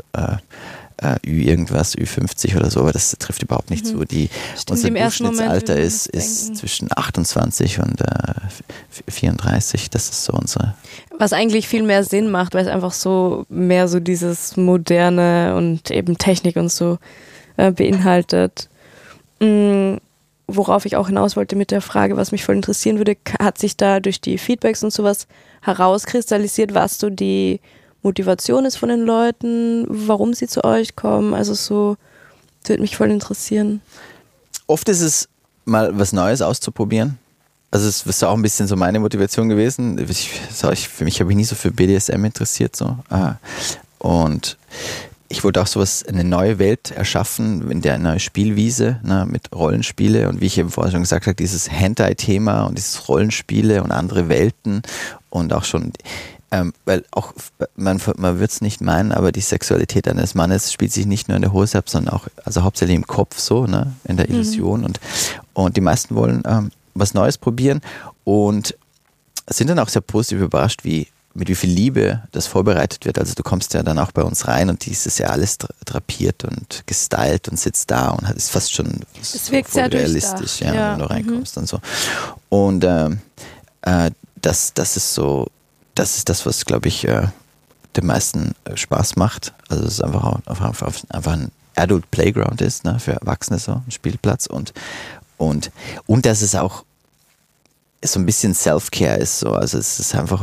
Ü50 oder so, aber das trifft überhaupt nicht zu. Unser Durchschnittsalter ist zwischen 28 und 34, das ist so unsere. Was eigentlich viel mehr Sinn macht, weil es einfach so mehr so dieses Moderne und eben Technik und so beinhaltet. Worauf ich auch hinaus wollte mit der Frage, was mich voll interessieren würde, hat sich da durch die Feedbacks und sowas herauskristallisiert, was so die Motivation ist von den Leuten, warum sie zu euch kommen, also so, das würde mich voll interessieren. Oft ist es mal was Neues auszuprobieren. Also es ist auch ein bisschen so meine Motivation gewesen. Für mich habe ich nie so für BDSM interessiert. So. Und ich wollte auch eine neue Welt erschaffen, in der eine neue Spielwiese, ne, mit Rollenspiele und wie ich eben vorher schon gesagt habe, dieses Hentai-Thema und dieses Rollenspiele und andere Welten und auch schon weil auch, man wird es nicht meinen, aber die Sexualität eines Mannes spielt sich nicht nur in der Hose ab, sondern auch, also hauptsächlich im Kopf so, ne, in der Illusion und die meisten wollen was Neues probieren und sind dann auch sehr positiv überrascht, mit wie viel Liebe das vorbereitet wird. Also du kommst ja dann auch bei uns rein und dieses ja alles drapiert und gestylt und sitzt da und ist fast schon es wirkt sehr realistisch, wenn du reinkommst und so. Und das ist so, das ist das, was, glaube ich, den meisten Spaß macht. Also es ist einfach ein Adult Playground ist, ne, für Erwachsene so, ein Spielplatz und dass es auch so ein bisschen Self-Care ist so. Also es ist einfach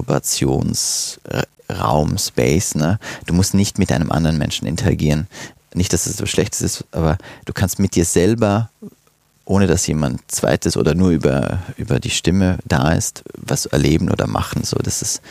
Masturbationsraum, Space, ne. Du musst nicht mit einem anderen Menschen interagieren. nicht, dass es so schlecht ist, aber du kannst mit dir selber, ohne dass jemand Zweites oder nur über die Stimme da ist, was erleben oder machen. So, das ist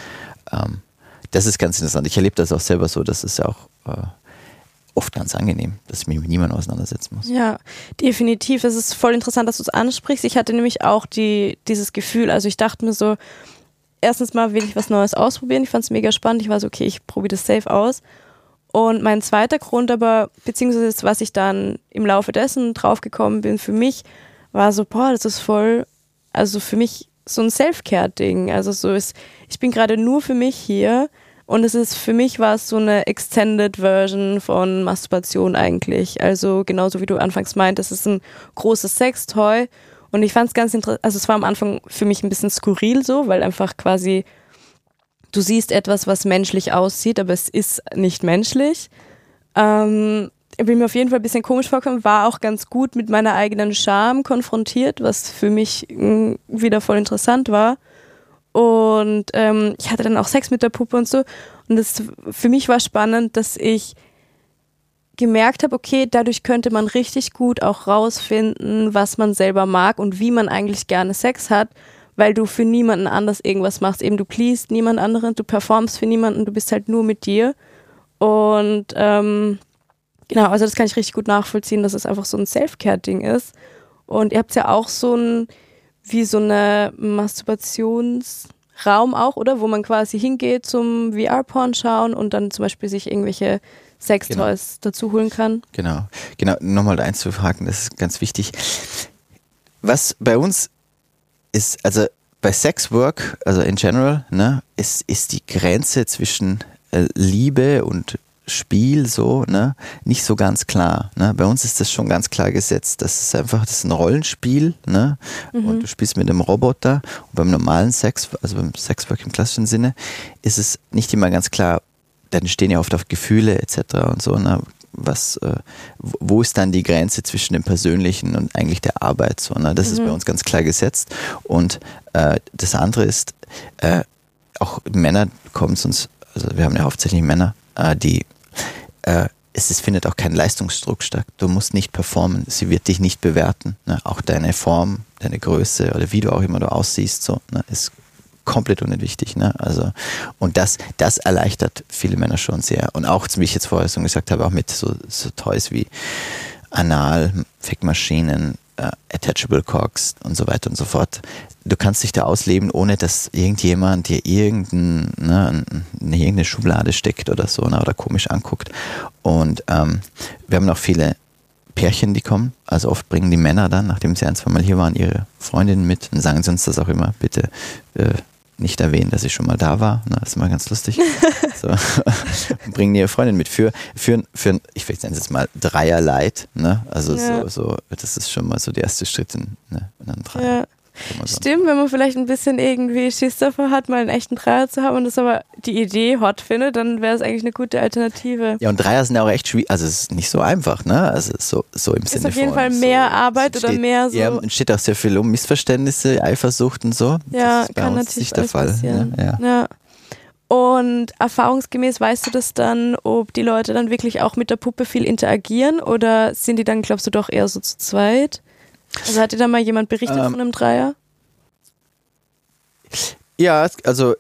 ganz interessant. Ich erlebe das auch selber so, das ist ja auch oft ganz angenehm, dass ich mich mit niemandem auseinandersetzen muss. Ja, definitiv. Es ist voll interessant, dass du es ansprichst. Ich hatte nämlich auch dieses Gefühl, also ich dachte mir so, erstens mal will ich was Neues ausprobieren. Ich fand es mega spannend. Ich war so, okay, ich probiere das safe aus. Und mein zweiter Grund aber, beziehungsweise was ich dann im Laufe dessen draufgekommen bin für mich, war so, boah, das ist voll, also für mich so ein Self-Care-Ding. Also so ich bin gerade nur für mich hier. Und für mich war es so eine Extended Version von Masturbation eigentlich. Also genauso wie du anfangs meintest, es ist ein großes Sextoy. Und ich fand es ganz interessant, also es war am Anfang für mich ein bisschen skurril so, weil einfach quasi du siehst etwas, was menschlich aussieht, aber es ist nicht menschlich. Ich bin mir auf jeden Fall ein bisschen komisch vorgekommen, war auch ganz gut mit meiner eigenen Scham konfrontiert, was für mich wieder voll interessant war. Und ich hatte dann auch Sex mit der Puppe und so. Und für mich war spannend, dass ich gemerkt habe, okay, dadurch könnte man richtig gut auch rausfinden, was man selber mag und wie man eigentlich gerne Sex hat, weil du für niemanden anders irgendwas machst. Eben du pleased niemand anderen, du performst für niemanden, du bist halt nur mit dir. Und genau, also das kann ich richtig gut nachvollziehen, dass es einfach so ein Self-Care-Ding ist. Und ihr habt ja auch wie so eine Masturbationsraum auch, oder? Wo man quasi hingeht zum VR-Porn schauen und dann zum Beispiel sich irgendwelche Sextoys dazu holen kann. Genau. Nochmal einzuhaken, das ist ganz wichtig. Was bei uns ist, also bei Sexwork, also in general, ne, ist die Grenze zwischen Liebe und Spiel so, ne, nicht so ganz klar. Ne? Bei uns ist das schon ganz klar gesetzt. Das ist ein Rollenspiel, ne? Und du spielst mit einem Roboter. Und beim normalen Sex, also beim Sexwork im klassischen Sinne, ist es nicht immer ganz klar, dann stehen ja oft auf Gefühle etc. und so, ne? Wo ist dann die Grenze zwischen dem Persönlichen und eigentlich der Arbeit? So, ne? Das ist bei uns ganz klar gesetzt. Und das andere ist, auch Männer kommen zu uns, also wir haben ja hauptsächlich Männer, es findet auch kein Leistungsdruck statt. Du musst nicht performen, sie wird dich nicht bewerten. Ne? Auch deine Form, deine Größe oder wie du auch immer du aussiehst, so, ne? Ist komplett unwichtig. Ne? Also, und das erleichtert viele Männer schon sehr. Und auch, wie ich jetzt vorher schon gesagt habe, auch mit so Toys wie Anal, Fickmaschinen, Attachable Cocks und so weiter und so fort. Du kannst dich da ausleben, ohne dass irgendjemand dir irgendeine Schublade steckt oder so, ne, oder komisch anguckt. Und wir haben noch viele Pärchen, die kommen. Also oft bringen die Männer dann, nachdem sie 1-2 Mal hier waren, ihre Freundinnen mit und sagen sie uns das auch immer, bitte nicht erwähnen, dass ich schon mal da war. Na, das ist mal ganz lustig. So. Und bringen ihre Freundin mit für ich nenne es jetzt mal Dreierleit. Ne? Also so, das ist schon mal so der erste Schritt in einen Dreier. Ja. Stimmt, wenn man vielleicht ein bisschen irgendwie Schiss davor hat, mal einen echten Dreier zu haben und das aber die Idee hot findet, dann wäre es eigentlich eine gute Alternative. Ja, und Dreier sind ja auch echt schwierig, also es ist nicht so einfach, ne? Also so im Sinne von... Ist auf jeden Fall mehr Arbeit oder mehr so... Ja, entsteht auch sehr viel um Missverständnisse, Eifersucht und so. Ja, das ist bei kann uns natürlich nicht der Fall. Ja. Und erfahrungsgemäß weißt du das dann, ob die Leute dann wirklich auch mit der Puppe viel interagieren oder sind die dann, glaubst du, doch eher so zu zweit? Also hat dir da mal jemand berichtet von einem Dreier? Ja, also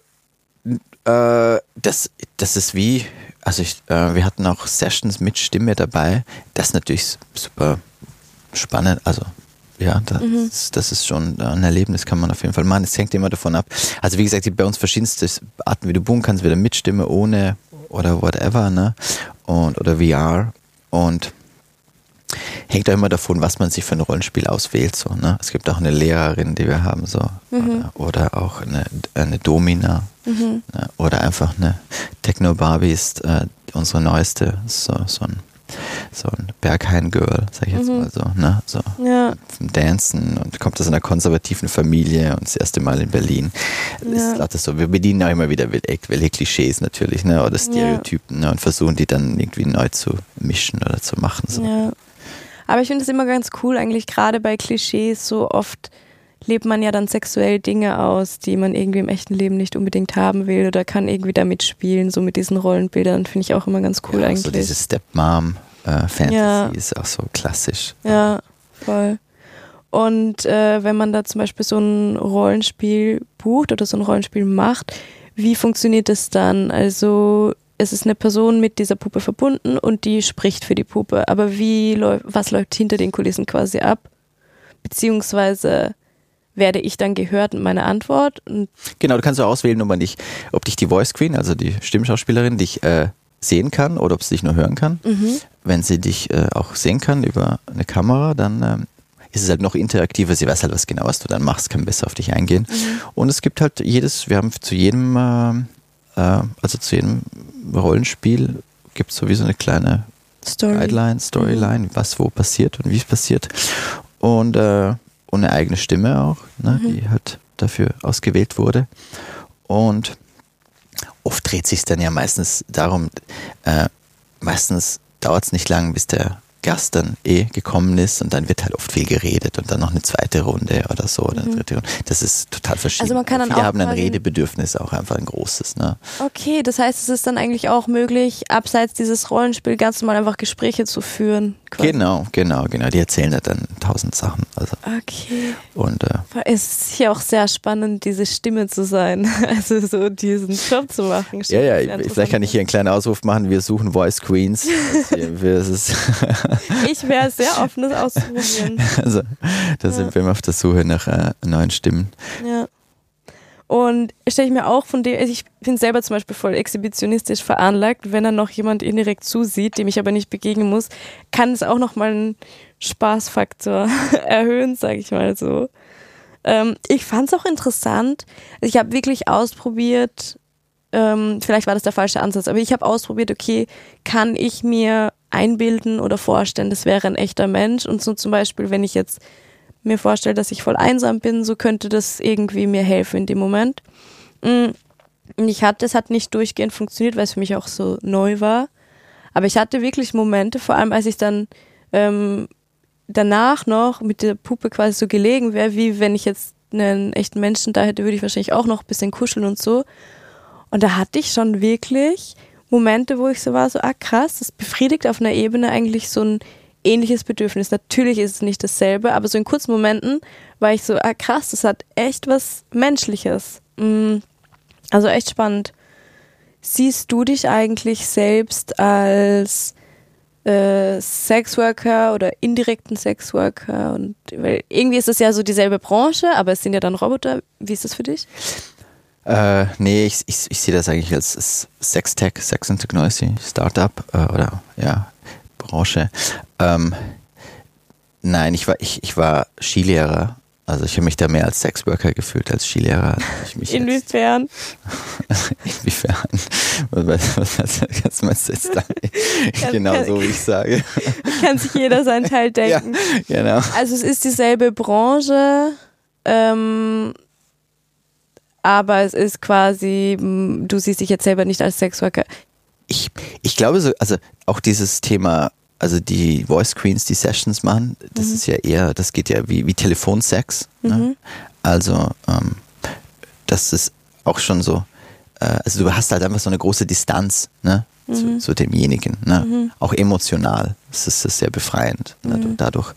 das ist wie, also wir hatten auch Sessions mit Stimme dabei. Das ist natürlich super spannend. Also ja, das ist schon ein Erlebnis, kann man auf jeden Fall machen. Es hängt immer davon ab. Also wie gesagt, bei uns verschiedenste Arten, wie du buchen kannst, wieder mit Stimme, ohne oder whatever, ne? Oder VR. Und hängt auch immer davon, was man sich für ein Rollenspiel auswählt. So, ne? Es gibt auch eine Lehrerin, die wir haben, so, oder auch eine Domina, ne? Oder einfach eine Techno-Barbie ist unsere neueste, so ein Berghain-Girl, sag ich jetzt mal so, ne? So zum Dancen und kommt aus einer konservativen Familie und das erste Mal in Berlin. Ist lauter so. Wir bedienen auch immer wieder welche Klischees natürlich, ne? Oder Stereotypen, ne? Und versuchen die dann irgendwie neu zu mischen oder zu machen. So. Ja. Aber ich finde es immer ganz cool, eigentlich gerade bei Klischees, so oft lebt man ja dann sexuell Dinge aus, die man irgendwie im echten Leben nicht unbedingt haben will oder kann irgendwie damit spielen, so mit diesen Rollenbildern, finde ich auch immer ganz cool eigentlich. So diese Stepmom Fantasy ist auch so klassisch. Ja, voll. Und wenn man da zum Beispiel so ein Rollenspiel bucht oder so ein Rollenspiel macht, wie funktioniert das dann? Also es ist eine Person mit dieser Puppe verbunden und die spricht für die Puppe. Aber was läuft hinter den Kulissen quasi ab? Beziehungsweise werde ich dann gehört mit meiner Antwort? Genau, du kannst auch auswählen, ob dich die Voice Queen, also die Stimmschauspielerin, dich sehen kann oder ob sie dich nur hören kann. Wenn sie dich auch sehen kann über eine Kamera, dann ist es halt noch interaktiver. Sie weiß halt, was genau, was du dann machst, kann besser auf dich eingehen. Und es gibt halt wir haben zu jedem Rollenspiel gibt es sowieso eine kleine Storyline, was wo passiert und wie es passiert. Und eine eigene Stimme auch, ne, die halt dafür ausgewählt wurde. Und oft dreht sich dann ja meistens darum, meistens dauert es nicht lang, bis der Gast dann gekommen ist und dann wird halt oft viel geredet und dann noch eine zweite Runde oder so oder eine dritte Runde. Das ist total verschieden. Also man kann dann Viele auch haben ein Redebedürfnis, auch einfach ein großes. Ne? Okay, das heißt, es ist dann eigentlich auch möglich, abseits dieses Rollenspiel ganz normal einfach Gespräche zu führen. Quasi. Genau. Die erzählen halt dann 1000 Sachen. Also. Okay. Und es ist hier auch sehr spannend, diese Stimme zu sein, also so diesen Job zu machen. Ja, vielleicht kann ich hier einen kleinen Ausruf machen, wir suchen Voice Queens. Ich wäre sehr offen, das auszuprobieren. Also, da sind wir immer auf der Suche nach neuen Stimmen. Ja. Und stelle ich mir auch ich bin selber zum Beispiel voll exhibitionistisch veranlagt, wenn dann noch jemand indirekt zusieht, dem ich aber nicht begegnen muss, kann es auch nochmal einen Spaßfaktor erhöhen, sage ich mal so. Ich fand es auch interessant. Ich habe wirklich ausprobiert, vielleicht war das der falsche Ansatz, aber ich habe ausprobiert, okay, kann ich mir einbilden oder vorstellen, das wäre ein echter Mensch und so zum Beispiel, wenn ich jetzt mir vorstelle, dass ich voll einsam bin, so könnte das irgendwie mir helfen in dem Moment. Und es hat nicht durchgehend funktioniert, weil es für mich auch so neu war, aber ich hatte wirklich Momente, vor allem als ich dann danach noch mit der Puppe quasi so gelegen wäre, wie wenn ich jetzt einen echten Menschen da hätte, würde ich wahrscheinlich auch noch ein bisschen kuscheln und so. Und da hatte ich schon wirklich Momente, wo ich so war, so krass, das befriedigt auf einer Ebene eigentlich so ein ähnliches Bedürfnis. Natürlich ist es nicht dasselbe, aber so in kurzen Momenten war ich so, krass, das hat echt was Menschliches. Also echt spannend. Siehst du dich eigentlich selbst als Sexworker oder indirekten Sexworker? Weil irgendwie ist es ja so dieselbe Branche, aber es sind ja dann Roboter. Wie ist das für dich? Nee, ich sehe das eigentlich als Sextech, Sex and Technology Startup Branche. Nein, ich war Skilehrer. Also ich habe mich da mehr als Sexworker gefühlt als Skilehrer. Inwiefern? Inwiefern? Was meinst du jetzt da? Genau so, wie ich sage. Kann sich jeder seinen Teil denken. Ja, genau. Also es ist dieselbe Branche, aber es ist quasi, du siehst dich jetzt selber nicht als Sexworker. Ich glaube so, also auch dieses Thema, also die Voice Queens, die Sessions machen, das ist ja eher, das geht ja wie Telefonsex. Ne? Also das ist auch schon so, also du hast halt einfach so eine große Distanz, ne? Zu demjenigen, ne? Auch emotional. Das ist sehr befreiend dadurch.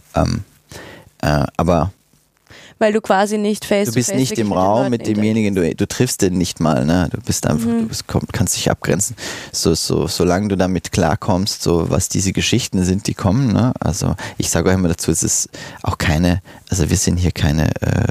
Aber weil du quasi nicht face-to-face du bist nicht im Raum mit demjenigen, du triffst den nicht mal, ne? Du bist einfach, kannst dich abgrenzen. Solange du damit klarkommst, so was diese Geschichten sind, die kommen, ne? Also ich sage auch immer dazu, es ist auch keine, also wir sind hier keine,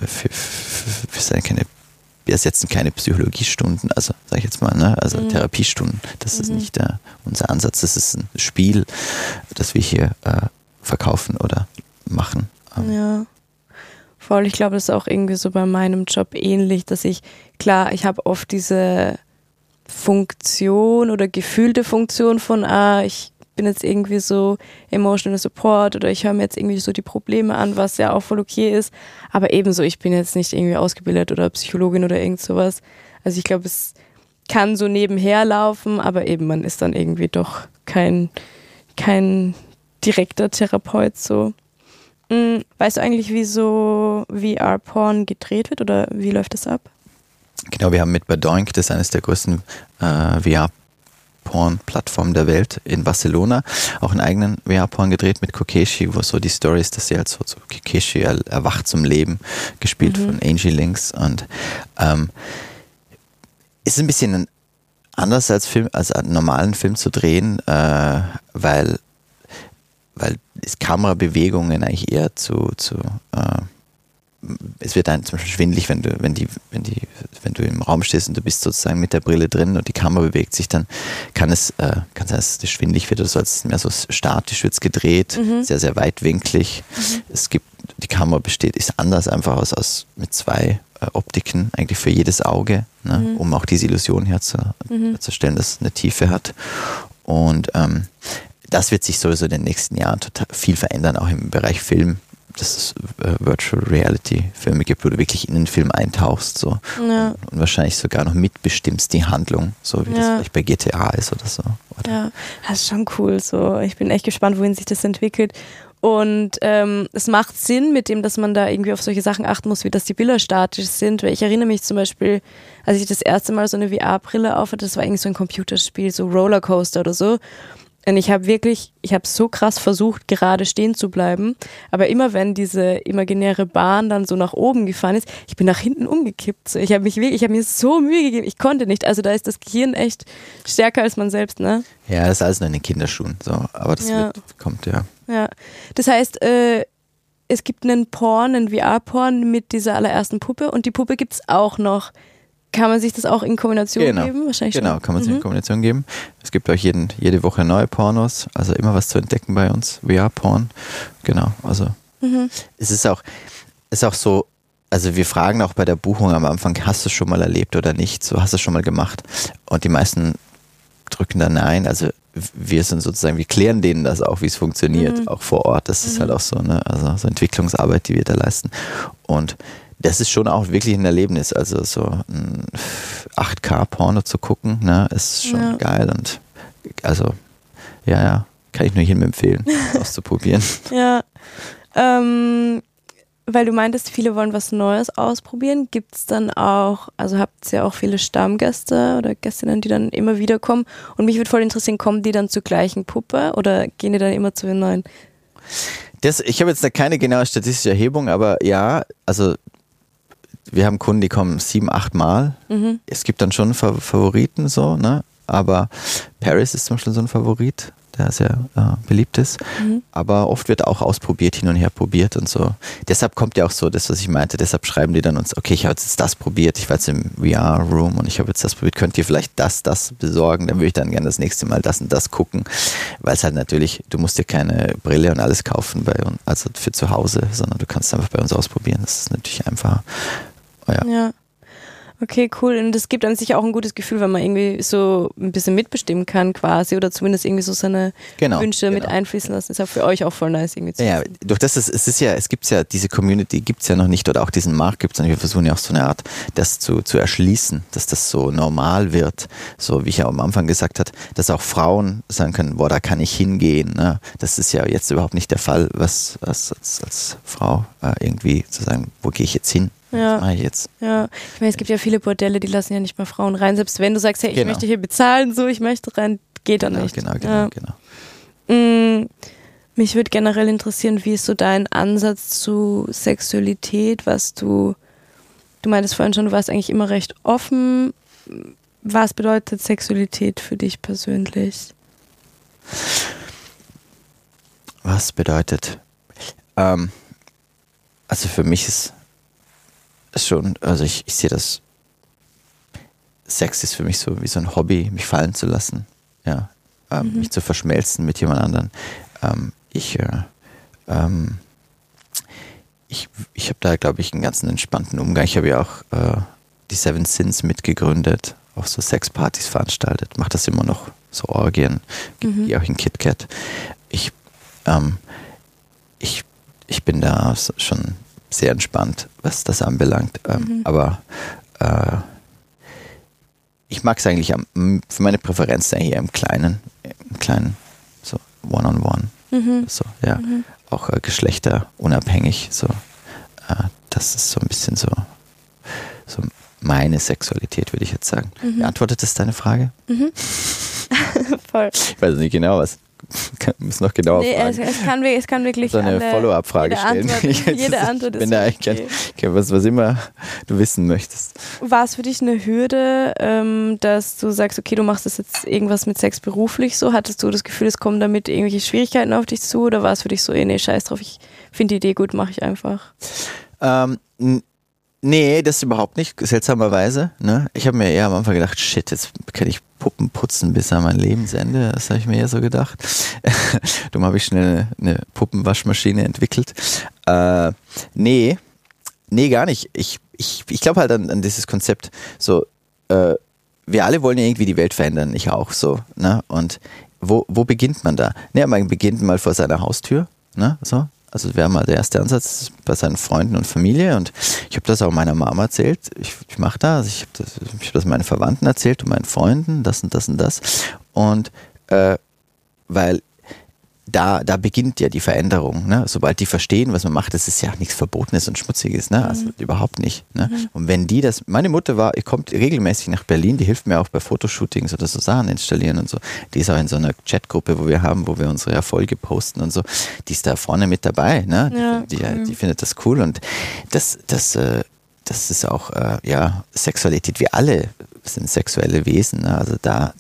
wir ersetzen keine Psychologiestunden, also sage ich jetzt mal, ne? Also Therapiestunden, das ist nicht unser Ansatz, das ist ein Spiel, das wir hier verkaufen oder machen. Ja. Voll, ich glaube, das ist auch irgendwie so bei meinem Job ähnlich, dass ich habe oft diese Funktion oder gefühlte Funktion von, ich bin jetzt irgendwie so emotional support oder ich höre mir jetzt irgendwie so die Probleme an, was ja auch voll okay ist, aber ebenso, ich bin jetzt nicht irgendwie ausgebildet oder Psychologin oder irgend sowas. Also ich glaube, es kann so nebenher laufen, aber eben man ist dann irgendwie doch kein direkter Therapeut so. Weißt du eigentlich, wie so VR-Porn gedreht wird oder wie läuft das ab? Genau, wir haben mit Badoink, das ist eines der größten VR-Porn-Plattform der Welt in Barcelona. Auch einen eigenen VR-Porn gedreht mit Kokeshi, wo so die Story ist, dass sie halt so Kokeshi erwacht zum Leben, gespielt von Angie Links. Und ist ein bisschen anders als einen normalen Film zu drehen, weil Kamerabewegungen eigentlich eher es wird einem zum Beispiel schwindelig, wenn du im Raum stehst und du bist sozusagen mit der Brille drin und die Kamera bewegt sich, dann kann es sein, dass es schwindelig wird oder so, als mehr so statisch wird es gedreht, sehr, sehr weitwinklig. Die Kamera ist anders einfach mit 2 Optiken, eigentlich für jedes Auge, ne, um auch diese Illusion herzustellen, dass es eine Tiefe hat. Und das wird sich sowieso in den nächsten Jahren total viel verändern, auch im Bereich Film, dass es Virtual Reality Filme gibt, wo du wirklich in den Film eintauchst so, und wahrscheinlich sogar noch mitbestimmst die Handlung, so wie das vielleicht bei GTA ist oder so. Oder? Ja, das ist schon cool. So. Ich bin echt gespannt, wohin sich das entwickelt. Und es macht Sinn mit dem, dass man da irgendwie auf solche Sachen achten muss, wie dass die Bilder statisch sind. Weil ich erinnere mich zum Beispiel, als ich das erste Mal so eine VR-Brille aufhatte, das war irgendwie so ein Computerspiel, so Rollercoaster oder so. Und ich habe so krass versucht, gerade stehen zu bleiben. Aber immer wenn diese imaginäre Bahn dann so nach oben gefahren ist, ich bin nach hinten umgekippt. So, ich habe mir so Mühe gegeben, ich konnte nicht. Also da ist das Gehirn echt stärker als man selbst, ne? Ja, das ist alles nur in den Kinderschuhen. So. Aber das kommt, ja. Ja, das heißt, es gibt einen VR-Porn mit dieser allerersten Puppe und die Puppe gibt's auch noch. Kann man sich das auch in Kombination geben? Wahrscheinlich genau, schon. Kann man sich in Kombination geben. Es gibt auch jede Woche neue Pornos, also immer was zu entdecken bei uns. VR-Porn, genau. Also es ist auch so, also wir fragen auch bei der Buchung am Anfang, hast du es schon mal erlebt oder nicht? So, hast du es schon mal gemacht? Und die meisten drücken dann nein. Also wir klären denen das auch, wie es funktioniert, auch vor Ort. Das ist halt auch so, ne? Also so Entwicklungsarbeit, die wir da leisten. Und das ist schon auch wirklich ein Erlebnis. Also so ein 8K-Porno zu gucken, ne, ist schon geil. Und also, kann ich nur jedem empfehlen, auszuprobieren. Ja, weil du meintest, viele wollen was Neues ausprobieren. Gibt es dann auch, also habt ihr auch viele Stammgäste oder Gästinnen, die dann immer wieder kommen? Und mich würde voll interessieren, kommen die dann zur gleichen Puppe oder gehen die dann immer zu den neuen? Ich habe jetzt da keine genaue statistische Erhebung, aber ja, also wir haben Kunden, die kommen 7-8 Mal. Es gibt dann schon Favoriten so, ne? Aber Paris ist zum Beispiel so ein Favorit, der sehr beliebt ist. Aber oft wird auch ausprobiert, hin und her probiert und so. Deshalb kommt ja auch so das, was ich meinte. Deshalb schreiben die dann uns, okay, ich habe jetzt das probiert, ich war jetzt im VR-Room und ich habe jetzt das probiert. Könnt ihr vielleicht das besorgen? Dann würde ich dann gerne das nächste Mal das und das gucken. Weil es halt natürlich, du musst dir keine Brille und alles kaufen also für zu Hause, sondern du kannst es einfach bei uns ausprobieren. Das ist natürlich einfacher. Ja. Okay, cool. Und das gibt an sich auch ein gutes Gefühl, wenn man irgendwie so ein bisschen mitbestimmen kann quasi oder zumindest irgendwie so seine Wünsche mit einfließen lassen. Ist ja für euch auch voll nice irgendwie zu wissen. Durch das, es gibt ja diese Community gibt es ja noch nicht oder auch diesen Markt gibt es noch nicht. Wir versuchen ja auch so eine Art, das zu erschließen, dass das so normal wird. So wie ich ja am Anfang gesagt habe, dass auch Frauen sagen können, boah, da kann ich hingehen. Ne? Das ist ja jetzt überhaupt nicht der Fall, was als Frau irgendwie zu sagen, wo gehe ich jetzt hin? Ja. Was mache ich jetzt? Ja, ich meine, es gibt ja viele Bordelle, die lassen ja nicht mal Frauen rein. Selbst wenn du sagst, hey, ich möchte hier bezahlen, so, ich möchte rein, geht dann nicht. Genau. Mich würde generell interessieren, wie ist so dein Ansatz zu Sexualität, was du meintest vorhin schon, du warst eigentlich immer recht offen. Was bedeutet Sexualität für dich persönlich? Was bedeutet? Also für mich ist schon, also ich sehe das, Sex ist für mich so wie so ein Hobby, mich fallen zu lassen, mich zu verschmelzen mit jemand anderen. Ich habe da, glaube ich, einen ganz entspannten Umgang. Ich habe ja auch die Seven Sins mitgegründet, auch so Sexpartys veranstaltet, mache das immer noch, so Orgien, gehe auch in KitKat. Ich bin da schon sehr entspannt, was das anbelangt. Aber ich mag es eigentlich für meine Präferenz eigentlich eher im Kleinen, so One-on-One. So, ja. Auch geschlechterunabhängig. So. Das ist so ein bisschen so meine Sexualität, würde ich jetzt sagen. Beantwortet das deine Frage? Voll. Ich weiß nicht genau, was. Muss noch genauer fragen. Es kann wirklich so eine Follow-up-Frage stellen. Jede Antwort ist okay. Was immer du wissen möchtest. War es für dich eine Hürde, dass du sagst, okay, du machst das jetzt irgendwas mit Sex beruflich so? Hattest du das Gefühl, es kommen damit irgendwelche Schwierigkeiten auf dich zu? Oder war es für dich so, nee, scheiß drauf, ich finde die Idee gut, mache ich einfach? Nee, das überhaupt nicht, seltsamerweise. Ne? Ich habe mir eher am Anfang gedacht, shit, jetzt kann ich Puppen putzen bis an mein Lebensende. Das habe ich mir eher so gedacht. Darum habe ich schnell eine Puppenwaschmaschine entwickelt. Nee, gar nicht. Ich glaube halt an dieses Konzept, so, wir alle wollen ja irgendwie die Welt verändern, ich auch so. Ne? Und wo beginnt man da? Ne, man beginnt mal vor seiner Haustür, ne? So. Also wäre mal der erste Ansatz bei seinen Freunden und Familie und ich habe das auch meiner Mama erzählt. Ich mache das, ich habe das meinen Verwandten erzählt und meinen Freunden, das und das und das. Und weil da beginnt ja die Veränderung. Ne? Sobald die verstehen, was man macht, das ist ja nichts Verbotenes und Schmutziges. Ne? Also überhaupt nicht. Ne? Und wenn die das, meine Mutter kommt regelmäßig nach Berlin, die hilft mir auch bei Fotoshootings oder so Sachen installieren und so. Die ist auch in so einer Chatgruppe, wo wir unsere Erfolge posten und so. Die ist da vorne mit dabei. Ne? Die findet das cool und das ist auch, Sexualität. Wir alle sind sexuelle Wesen. Ne? Also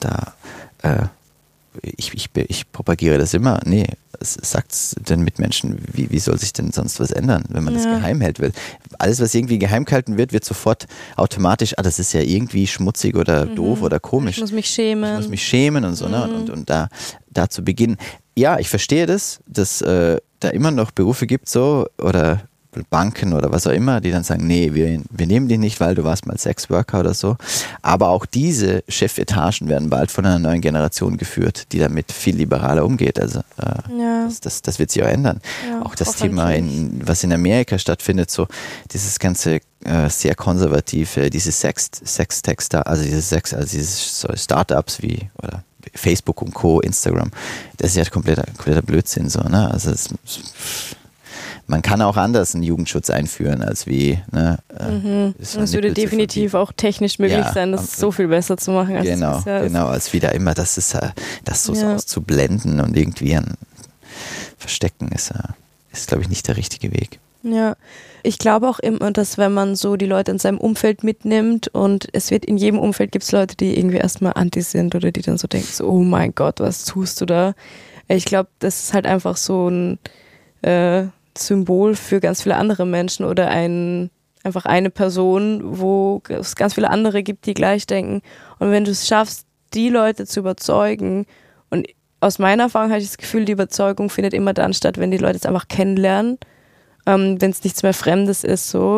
ich propagiere das immer. Nee, sagt den Mitmenschen, wie soll sich denn sonst was ändern, wenn man das geheim hält will? Alles, was irgendwie geheim gehalten wird sofort automatisch, das ist ja irgendwie schmutzig oder doof oder komisch. Ich muss mich schämen. Und so, ne? Und da zu beginnen. Ja, ich verstehe das, dass da immer noch Berufe gibt, so, oder Banken oder was auch immer, die dann sagen, nee, wir nehmen dich nicht, weil du warst mal Sexworker oder so. Aber auch diese Chefetagen werden bald von einer neuen Generation geführt, die damit viel liberaler umgeht. Also das wird sich auch ändern. Ja, auch das Thema, was in Amerika stattfindet, so dieses ganze sehr konservative, diese Sex-Tech, also diese Startups wie oder Facebook und Co., Instagram, das ist ja kompletter Blödsinn so, ne? Also man kann auch anders einen Jugendschutz einführen, als wie. Ne, das würde definitiv auch technisch möglich sein, das so viel besser zu machen. Als genau, als wieder immer, das so auszublenden und irgendwie ein Verstecken ist glaube ich, nicht der richtige Weg. Ja, ich glaube auch immer, dass wenn man so die Leute in seinem Umfeld mitnimmt und in jedem Umfeld gibt es Leute, die irgendwie erstmal anti sind oder die dann so denken, so, oh mein Gott, was tust du da? Ich glaube, das ist halt einfach so ein Symbol für ganz viele andere Menschen oder einfach eine Person, wo es ganz viele andere gibt, die gleich denken. Und wenn du es schaffst, die Leute zu überzeugen, und aus meiner Erfahrung habe ich das Gefühl, die Überzeugung findet immer dann statt, wenn die Leute es einfach kennenlernen, wenn es nichts mehr Fremdes ist, so,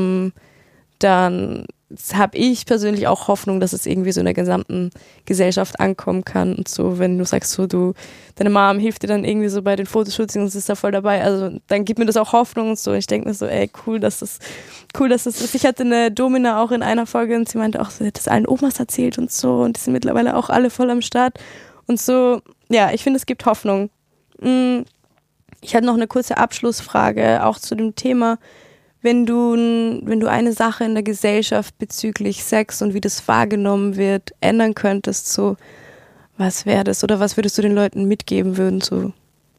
dann habe ich persönlich auch Hoffnung, dass es irgendwie so in der gesamten Gesellschaft ankommen kann und so, wenn du sagst, so deine Mom hilft dir dann irgendwie so bei den Fotoshootings und ist da voll dabei, also dann gibt mir das auch Hoffnung und so. Ich denke mir so, ey, cool, dass das ist. Ich hatte eine Domina auch in einer Folge und sie meinte auch, sie hat das allen Omas erzählt und so und die sind mittlerweile auch alle voll am Start und so, ja, ich finde, es gibt Hoffnung. Ich hatte noch eine kurze Abschlussfrage, auch zu dem Thema, wenn du eine Sache in der Gesellschaft bezüglich Sex und wie das wahrgenommen wird, ändern könntest, so, was wäre das? Oder was würdest du den Leuten mitgeben würden? So?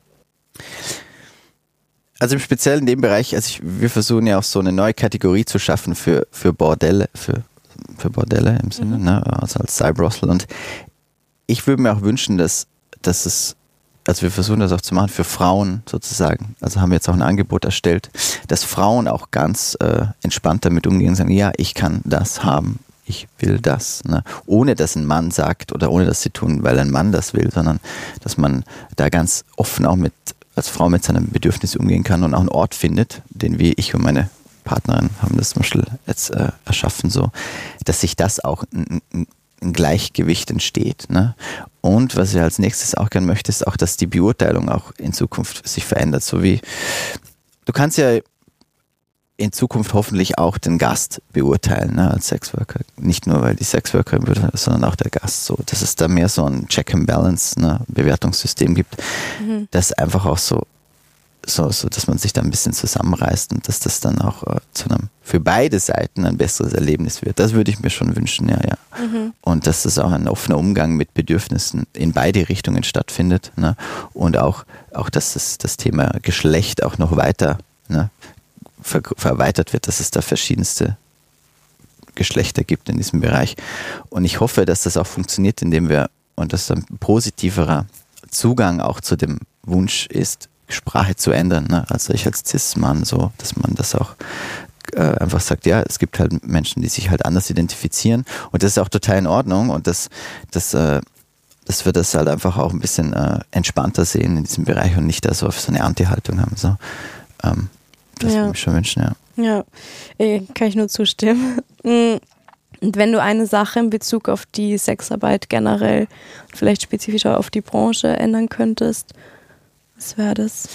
Also im Speziellen in dem Bereich, wir versuchen ja auch so eine neue Kategorie zu schaffen für Bordelle, für Bordelle im Sinne, ne? Also als Cyberbrothel. Und ich würde mir auch wünschen, dass es, also wir versuchen das auch zu machen für Frauen sozusagen. Also haben wir jetzt auch ein Angebot erstellt, dass Frauen auch ganz entspannt damit umgehen und sagen, ja, ich kann das haben, ich will das. Ne? Ohne dass ein Mann sagt oder ohne dass sie tun, weil ein Mann das will, sondern dass man da ganz offen auch als Frau mit seinem Bedürfnis umgehen kann und auch einen Ort findet, den ich und meine Partnerin haben das zum Beispiel jetzt erschaffen, so, dass sich das auch ein Gleichgewicht entsteht. Ne? Und was ich als nächstes auch gerne möchte, ist auch, dass die Beurteilung auch in Zukunft sich verändert. So wie, du kannst ja in Zukunft hoffentlich auch den Gast beurteilen, ne, als Sexworker. Nicht nur, weil die Sexworker, sondern auch der Gast. So, dass es da mehr so ein Check and Balance, ne, Bewertungssystem gibt, das einfach auch so so, dass man sich da ein bisschen zusammenreißt und dass das dann auch zu einem für beide Seiten ein besseres Erlebnis wird. Das würde ich mir schon wünschen, ja. Und dass das auch ein offener Umgang mit Bedürfnissen in beide Richtungen stattfindet, ne? Und auch dass das Thema Geschlecht auch noch weiter, ne, verweitert wird, dass es da verschiedenste Geschlechter gibt in diesem Bereich. Und ich hoffe, dass das auch funktioniert, indem wir, und dass ein positiverer Zugang auch zu dem Wunsch ist, Sprache zu ändern. Ne? Also ich als Cis-Mann, so, dass man das auch einfach sagt, ja, es gibt halt Menschen, die sich halt anders identifizieren und das ist auch total in Ordnung und dass wir das halt einfach auch ein bisschen entspannter sehen in diesem Bereich und nicht da so auf so eine Anti-Haltung haben. So. Das würde ich mir schon wünschen, ja. Ja, kann ich nur zustimmen. Und wenn du eine Sache in Bezug auf die Sexarbeit generell, vielleicht spezifischer auf die Branche ändern könntest, was wäre das?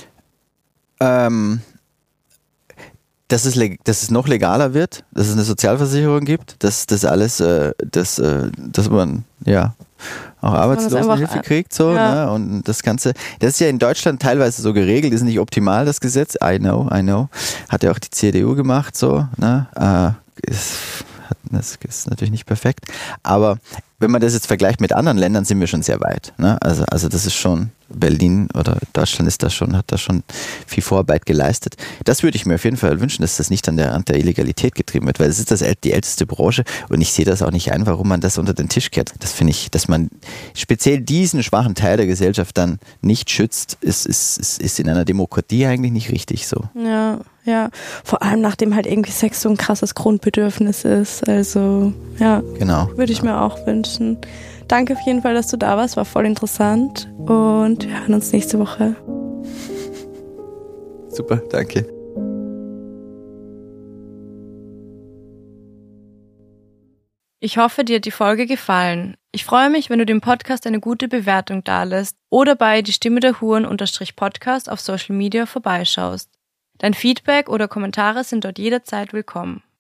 Dass es noch legaler wird, dass es eine Sozialversicherung gibt, dass das alles, dass man ja auch Arbeitslosenhilfe kriegt, so, ja. Ne? Und das Ganze, das ist ja in Deutschland teilweise so geregelt, ist nicht optimal, das Gesetz. I know. Hat ja auch die CDU gemacht, so, ne? Das ist natürlich nicht perfekt, aber wenn man das jetzt vergleicht mit anderen Ländern, sind wir schon sehr weit. Ne? Also das ist schon, Berlin oder Deutschland hat da schon viel Vorarbeit geleistet. Das würde ich mir auf jeden Fall wünschen, dass das nicht an der Illegalität getrieben wird, weil es ist die älteste Branche und ich sehe das auch nicht ein, warum man das unter den Tisch kehrt. Das finde ich, dass man speziell diesen schwachen Teil der Gesellschaft dann nicht schützt, ist in einer Demokratie eigentlich nicht richtig so. Ja, vor allem nachdem halt irgendwie Sex so ein krasses Grundbedürfnis ist. Also, ja, genau, würde ich mir auch wünschen. Danke auf jeden Fall, dass du da warst, war voll interessant und wir hören uns nächste Woche. Super, danke. Ich hoffe, dir hat die Folge gefallen. Ich freue mich, wenn du dem Podcast eine gute Bewertung dalässt oder bei die Stimme der Huren _Podcast auf Social Media vorbeischaust. Dein Feedback oder Kommentare sind dort jederzeit willkommen.